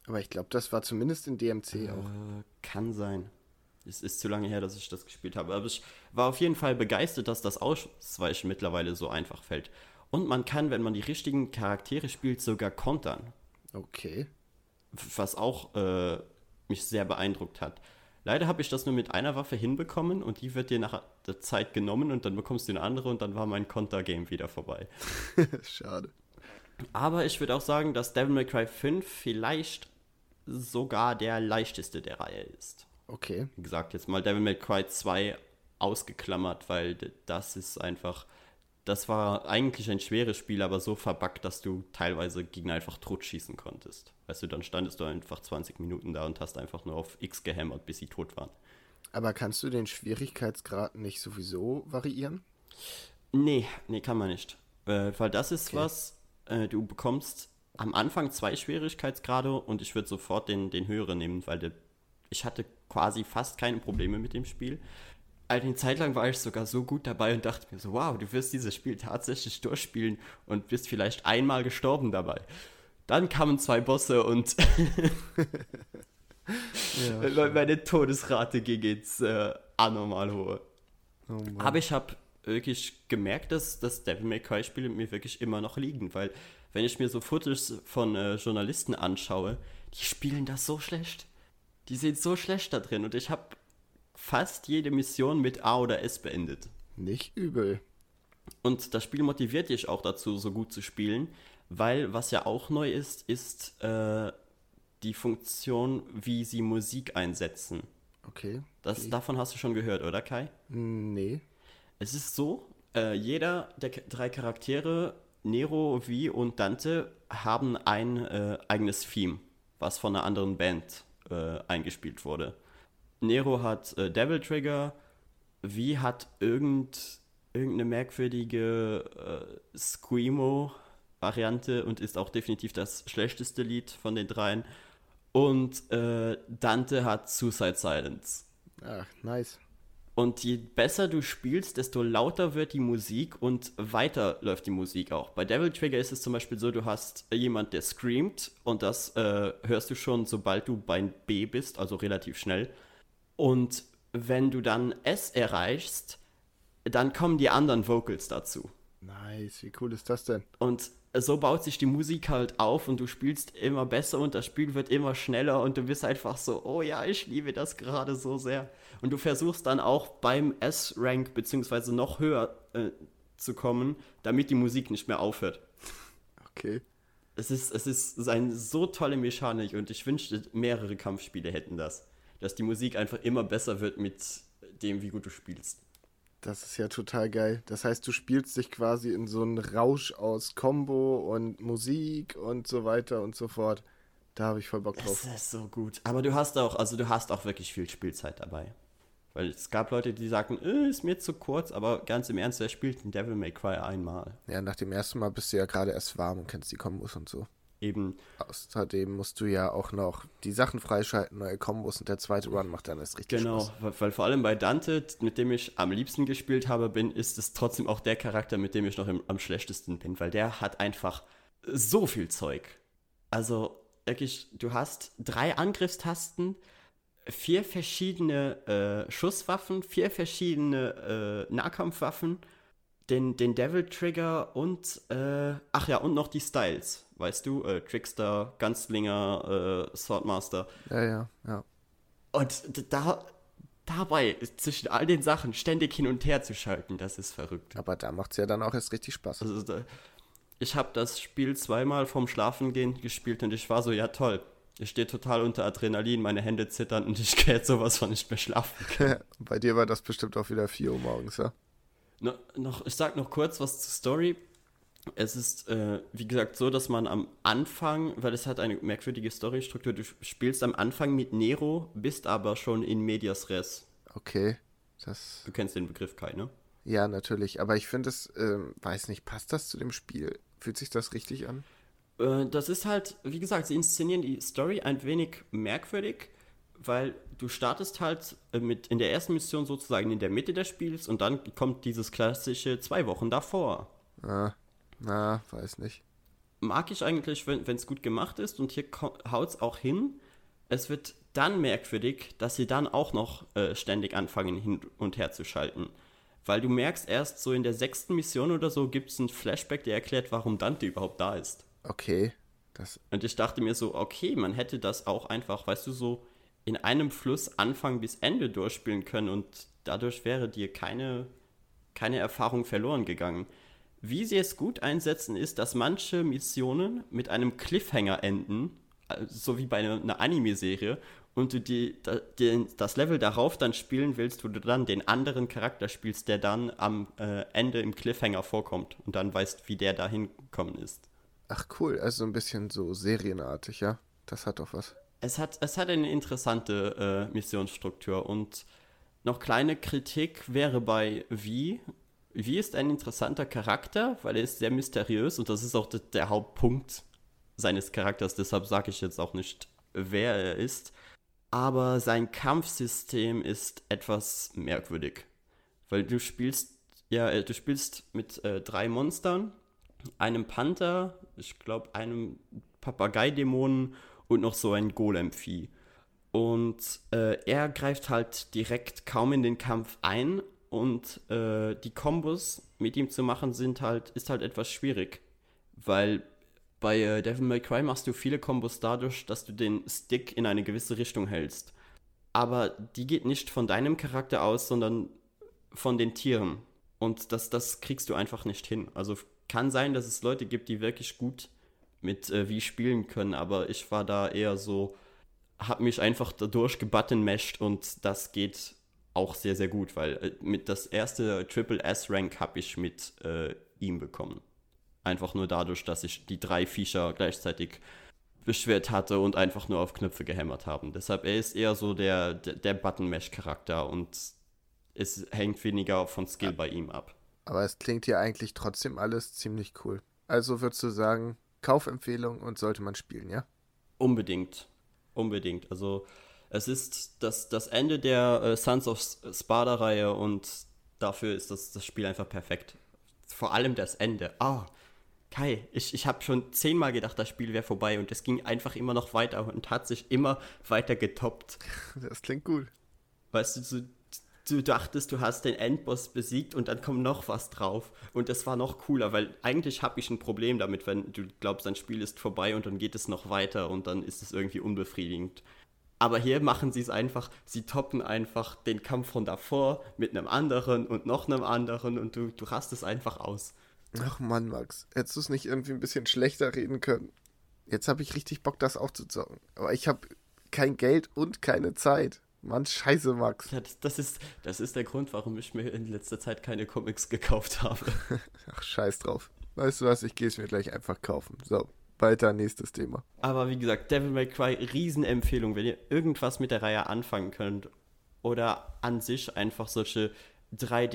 Aber ich glaube, das war zumindest in D M C auch. Äh, kann sein. Es ist zu lange her, dass ich das gespielt habe. Aber ich war auf jeden Fall begeistert, dass das Ausweichen mittlerweile so einfach fällt. Und man kann, wenn man die richtigen Charaktere spielt, sogar kontern. Okay. Was auch äh, mich sehr beeindruckt hat. Leider habe ich das nur mit einer Waffe hinbekommen und die wird dir nach der Zeit genommen und dann bekommst du eine andere und dann war mein Konter-Game wieder vorbei. Schade. Aber ich würde auch sagen, dass Devil May Cry fünf vielleicht sogar der leichteste der Reihe ist. Okay. Wie gesagt, jetzt mal Devil May Cry zwei ausgeklammert, weil d- das ist einfach, das war eigentlich ein schweres Spiel, aber so verbuggt, dass du teilweise Gegner einfach totschießen konntest. Weißt du, dann standest du einfach zwanzig Minuten da und hast einfach nur auf X gehämmert, bis sie tot waren. Aber kannst du den Schwierigkeitsgrad nicht sowieso variieren? Nee, nee, kann man nicht. Äh, weil das ist Okay. was, äh, du bekommst am Anfang zwei Schwierigkeitsgrade und ich würde sofort den, den höheren nehmen, weil der, ich hatte quasi fast keine Probleme mit dem Spiel. Eine Zeit lang war ich sogar so gut dabei und dachte mir so, wow, du wirst dieses Spiel tatsächlich durchspielen und bist vielleicht einmal gestorben dabei. Dann kamen zwei Bosse und Ja, meine Todesrate ging ins äh, anormal hohe. oh Mann. Aber ich habe wirklich gemerkt, dass das Devil May Cry Spiele mir wirklich immer noch liegen, weil wenn ich mir so Fotos von äh, Journalisten anschaue, die spielen das so schlecht. Die sind so schlecht da drin und ich habe fast jede Mission mit A oder S beendet. Nicht übel. Und das Spiel motiviert dich auch dazu, so gut zu spielen, weil was ja auch neu ist, ist äh, die Funktion, wie sie Musik einsetzen. Okay. Das, okay. Davon hast du schon gehört, oder Kai? Nee. Es ist so, äh, jeder der K- drei Charaktere, Nero, Vi und Dante, haben ein äh, eigenes Theme, was von einer anderen Band äh, eingespielt wurde. Nero hat äh, Devil Trigger, Vi hat irgend, irgendeine merkwürdige äh, Screamo-Variante und ist auch definitiv das schlechteste Lied von den dreien. Und äh, Dante hat Suicide Silence. Ach, nice. Und je besser du spielst, desto lauter wird die Musik und weiter läuft die Musik auch. Bei Devil Trigger ist es zum Beispiel so, du hast jemand, der screamt und das äh, hörst du schon, sobald du bei B bist, also relativ schnell. Und wenn du dann S erreichst, dann kommen die anderen Vocals dazu. Nice. Wie cool ist das denn? Und so baut sich die Musik halt auf und du spielst immer besser und das Spiel wird immer schneller und du bist einfach so, oh ja, ich liebe das gerade so sehr. Und du versuchst dann auch beim S-Rank beziehungsweise noch höher äh, zu kommen, damit die Musik nicht mehr aufhört. Okay. Es ist, es ist eine so tolle Mechanik und ich wünschte, mehrere Kampfspiele hätten das. Dass die Musik einfach immer besser wird mit dem, wie gut du spielst. Das ist ja total geil. Das heißt, du spielst dich quasi in so einen Rausch aus Combo und Musik und so weiter und so fort. Da habe ich voll Bock drauf. Das ist so gut. Aber du hast auch, also du hast auch wirklich viel Spielzeit dabei. Weil es gab Leute, die sagten, äh, ist mir zu kurz, aber ganz im Ernst, wer spielt ein Devil May Cry einmal? Ja, nach dem ersten Mal bist du ja gerade erst warm und kennst die Kombos und so. Eben, Außerdem musst du ja auch noch die Sachen freischalten, neue Kombos und der zweite Run macht dann erst richtig genau. Spaß. Weil, weil vor allem bei Dante, mit dem ich am liebsten gespielt habe, bin, ist es trotzdem auch der Charakter, mit dem ich noch im, am schlechtesten bin. Weil der hat einfach so viel Zeug. Also wirklich, du hast drei Angriffstasten, vier verschiedene äh, Schusswaffen, vier verschiedene äh, Nahkampfwaffen, den, den Devil Trigger und, äh, ach ja, und noch die Styles, weißt du, äh, Trickster, Gunslinger, äh, Swordmaster. Ja, ja, ja. Und d- da, dabei, zwischen all den Sachen ständig hin und her zu schalten, das ist verrückt. Aber da macht es ja dann auch erst richtig Spaß. Also, da, ich habe das Spiel zweimal vorm Schlafengehen gespielt und ich war so, ja toll. Ich stehe total unter Adrenalin, meine Hände zittern und ich kann jetzt sowas von nicht mehr schlafen. Bei dir war das bestimmt auch wieder vier Uhr morgens, ja? No, noch, ich sag noch kurz was zur Story. Es ist, äh, wie gesagt, so, dass man am Anfang, weil es hat eine merkwürdige Storystruktur, du spielst am Anfang mit Nero, bist aber schon in Medias Res. Okay. Das. Du kennst den Begriff, Kai, ne? Ja, natürlich. Aber ich finde es, ähm, weiß nicht, passt das zu dem Spiel? Fühlt sich das richtig an? Äh, das ist halt, wie gesagt, sie inszenieren die Story ein wenig merkwürdig, weil du startest halt äh, mit in der ersten Mission sozusagen in der Mitte des Spiels und dann kommt dieses klassische zwei Wochen davor. Ah, na, weiß nicht. mag ich eigentlich, wenn es gut gemacht ist und hier haut es auch hin. Es wird dann merkwürdig, dass sie dann auch noch äh, ständig anfangen hin und her zu schalten. Weil du merkst erst so in der sechsten Mission oder so gibt es einen Flashback, der erklärt, warum Dante überhaupt da ist. Okay. Das Und ich dachte mir so, okay, man hätte das auch einfach, weißt du, so in einem Fluss Anfang bis Ende durchspielen können und dadurch wäre dir keine, keine Erfahrung verloren gegangen. Wie sie es gut einsetzen, ist, dass manche Missionen mit einem Cliffhanger enden, so wie bei einer, einer Anime-Serie, und du die, die, das Level darauf dann spielen willst, wo du dann den anderen Charakter spielst, der dann am äh, Ende im Cliffhanger vorkommt und dann weißt, wie der da hingekommen ist. Ach cool, also ein bisschen so serienartig, ja? Das hat doch was. Es hat, es hat eine interessante äh, Missionsstruktur und noch kleine Kritik wäre bei Vi. Vi ist ein interessanter Charakter, weil er ist sehr mysteriös und das ist auch de- der Hauptpunkt seines Charakters, deshalb sage ich jetzt auch nicht, wer er ist. Aber sein Kampfsystem ist etwas merkwürdig, weil du spielst, ja, äh, du spielst mit äh, drei Monstern, einem Panther, ich glaube einem Papageidämonen und noch so ein Golem-Vieh. Und äh, er greift halt direkt kaum in den Kampf ein und äh, die Kombos mit ihm zu machen sind halt, ist halt etwas schwierig, weil bei äh, Devil May Cry machst du viele Kombos dadurch, dass du den Stick in eine gewisse Richtung hältst. Aber die geht nicht von deinem Charakter aus, sondern von den Tieren. Und das, das kriegst du einfach nicht hin. Also kann sein, dass es Leute gibt, die wirklich gut mit äh, Wii spielen können, aber ich war da eher so, hab mich einfach dadurch gebuttonmashed und das geht auch sehr, sehr gut, weil äh, mit das erste Triple S-Rank habe ich mit äh, ihm bekommen. Einfach nur dadurch, dass ich die drei Viecher gleichzeitig beschwert hatte und einfach nur auf Knöpfe gehämmert haben. Deshalb, er ist eher so der, der, der Button-Mash-Charakter und es hängt weniger von Skill bei ihm ab. Aber es klingt ja eigentlich trotzdem alles ziemlich cool. Also würdest du sagen, Kaufempfehlung und sollte man spielen, ja? Unbedingt. Unbedingt. Also es ist das, das Ende der äh, Sons of Sparta-Reihe und dafür ist das, das Spiel einfach perfekt. Vor allem das Ende. Ah, Kai, ich, ich habe schon zehnmal gedacht, das Spiel wäre vorbei und es ging einfach immer noch weiter und hat sich immer weiter getoppt. Das klingt gut. Weißt du, so, du dachtest, du hast den Endboss besiegt und dann kommt noch was drauf. Und das war noch cooler, weil eigentlich habe ich ein Problem damit, wenn du glaubst, dein Spiel ist vorbei und dann geht es noch weiter und dann ist es irgendwie unbefriedigend. Aber hier machen sie es einfach, sie toppen einfach den Kampf von davor mit einem anderen und noch einem anderen und du, du rastest einfach aus. Ach Mann, Max, hättest du es nicht irgendwie ein bisschen schlechter reden können? Jetzt habe ich richtig Bock, das auch zu zocken. Aber ich habe kein Geld und keine Zeit. Mann, scheiße, Max. Ja, das, das, ist, das ist der Grund, warum ich mir in letzter Zeit keine Comics gekauft habe. Ach, scheiß drauf. Weißt du was, ich gehe es mir gleich einfach kaufen. So, weiter, nächstes Thema. Aber wie gesagt, Devil May Cry, Riesenempfehlung, wenn ihr irgendwas mit der Reihe anfangen könnt oder an sich einfach solche drei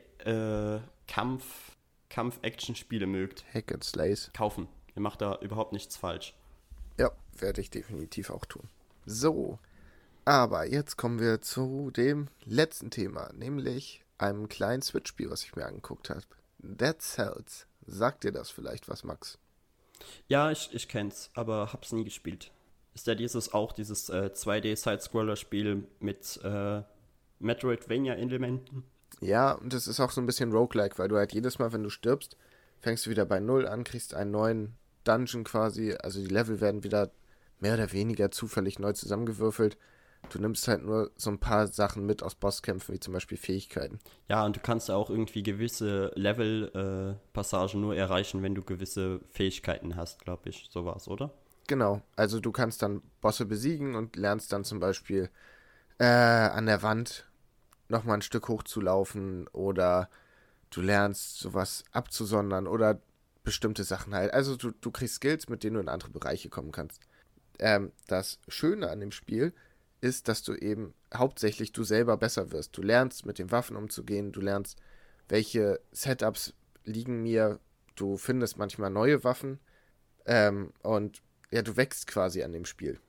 D-Kampf, Kampf-Action-Spiele mögt. Hack and Slays. Kaufen. Ihr macht da überhaupt nichts falsch. Ja, werde ich definitiv auch tun. So, aber jetzt kommen wir zu dem letzten Thema, nämlich einem kleinen Switch-Spiel, was ich mir angeguckt habe. Dead Cells. Sagt dir das vielleicht was, Max? Ja, ich, ich kenn's, aber hab's nie gespielt. Ist ja dieses auch dieses äh, zwei D-Side-Scroller-Spiel mit äh, Metroidvania-Elementen? Ja, und es ist auch so ein bisschen roguelike, weil du halt jedes Mal, wenn du stirbst, fängst du wieder bei Null an, kriegst einen neuen Dungeon quasi, also die Level werden wieder mehr oder weniger zufällig neu zusammengewürfelt. Du nimmst halt nur so ein paar Sachen mit aus Bosskämpfen, wie zum Beispiel Fähigkeiten. Ja, und du kannst auch irgendwie gewisse Level-Passagen äh, nur erreichen, wenn du gewisse Fähigkeiten hast, glaube ich. So war's, oder? Genau, also du kannst dann Bosse besiegen und lernst dann zum Beispiel äh, an der Wand nochmal ein Stück hochzulaufen oder du lernst sowas abzusondern oder bestimmte Sachen halt. Also du, du kriegst Skills, mit denen du in andere Bereiche kommen kannst. Ähm, das Schöne an dem Spiel ist, dass du eben hauptsächlich du selber besser wirst. Du lernst, mit den Waffen umzugehen, du lernst, welche Setups liegen mir, du findest manchmal neue Waffen ähm, und ja, du wächst quasi an dem Spiel.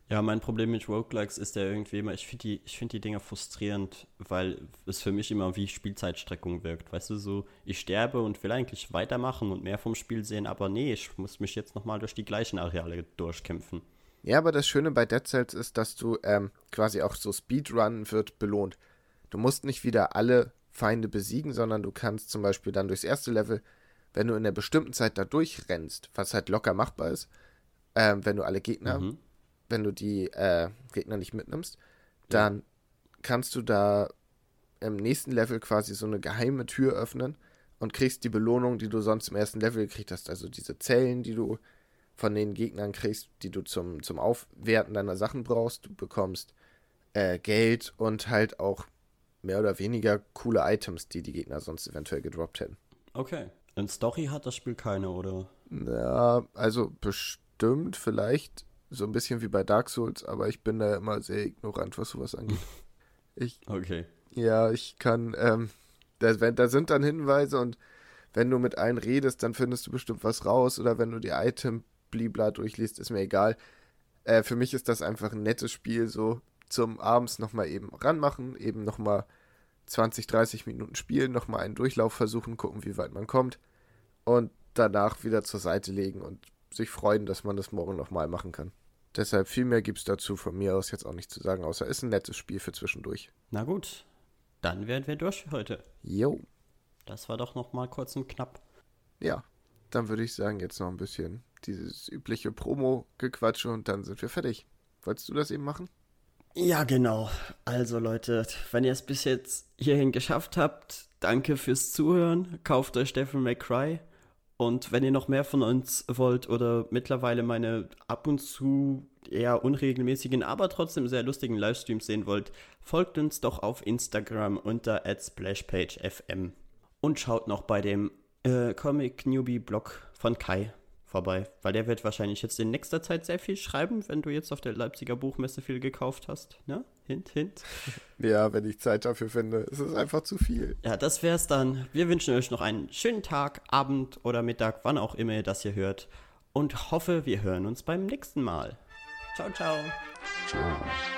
Ja, mein Problem mit Roguelikes ist ja irgendwie immer, ich finde die, ich find die Dinger frustrierend, weil es für mich immer wie Spielzeitstreckung wirkt. Weißt du, so, ich sterbe und will eigentlich weitermachen und mehr vom Spiel sehen, aber nee, ich muss mich jetzt nochmal durch die gleichen Areale durchkämpfen. Ja, aber das Schöne bei Dead Cells ist, dass du ähm, quasi auch so Speedrun wird belohnt. Du musst nicht wieder alle Feinde besiegen, sondern du kannst zum Beispiel dann durchs erste Level, wenn du in einer bestimmten Zeit da durchrennst, was halt locker machbar ist, ähm, wenn du alle Gegner, Mhm. wenn du die äh, Gegner nicht mitnimmst, dann kannst du da im nächsten Level quasi so eine geheime Tür öffnen und kriegst die Belohnung, die du sonst im ersten Level gekriegt hast. Also diese Zellen, die du von den Gegnern kriegst, die du zum, zum Aufwerten deiner Sachen brauchst. Du bekommst äh, Geld und halt auch mehr oder weniger coole Items, die die Gegner sonst eventuell gedroppt hätten. Okay. Und Story hat das Spiel keine, oder? Ja, also bestimmt vielleicht so ein bisschen wie bei Dark Souls, aber ich bin da immer sehr ignorant, was sowas angeht. Ich, Okay. ja, ich kann, ähm, da, wenn, da sind dann Hinweise und wenn du mit allen redest, dann findest du bestimmt was raus oder wenn du die Item-Blibla durchliest, ist mir egal. Äh, für mich ist das einfach ein nettes Spiel, so zum abends nochmal eben ranmachen, eben nochmal zwanzig, dreißig Minuten spielen, nochmal einen Durchlauf versuchen, gucken, wie weit man kommt und danach wieder zur Seite legen und sich freuen, dass man das morgen nochmal machen kann. Deshalb viel mehr gibt es dazu von mir aus jetzt auch nicht zu sagen, außer ist ein nettes Spiel für zwischendurch. Na gut. Dann wären wir durch für heute. Jo, Das war doch noch mal kurz und knapp. ja, dann würde ich sagen, jetzt noch ein bisschen dieses übliche Promo-Gequatsche und dann sind wir fertig. Wolltest du das eben machen? Ja, genau. Also Leute, wenn ihr es bis jetzt hierhin geschafft habt, danke fürs Zuhören. Kauft euch Devil May Cry. Und wenn ihr noch mehr von uns wollt oder mittlerweile meine ab und zu eher unregelmäßigen, aber trotzdem sehr lustigen Livestreams sehen wollt, folgt uns doch auf Instagram unter at splashpagefm. Und schaut noch bei dem äh, Comic-Newbie-Blog von Kai vorbei, weil der wird wahrscheinlich jetzt in nächster Zeit sehr viel schreiben, wenn du jetzt auf der Leipziger Buchmesse viel gekauft hast. Ne? Hint, hint. Ja, wenn ich Zeit dafür finde. Es ist einfach zu viel. Ja, das wär's dann. Wir wünschen euch noch einen schönen Tag, Abend oder Mittag, wann auch immer ihr das hier hört. Und hoffe, wir hören uns beim nächsten Mal. Ciao, ciao. Ciao.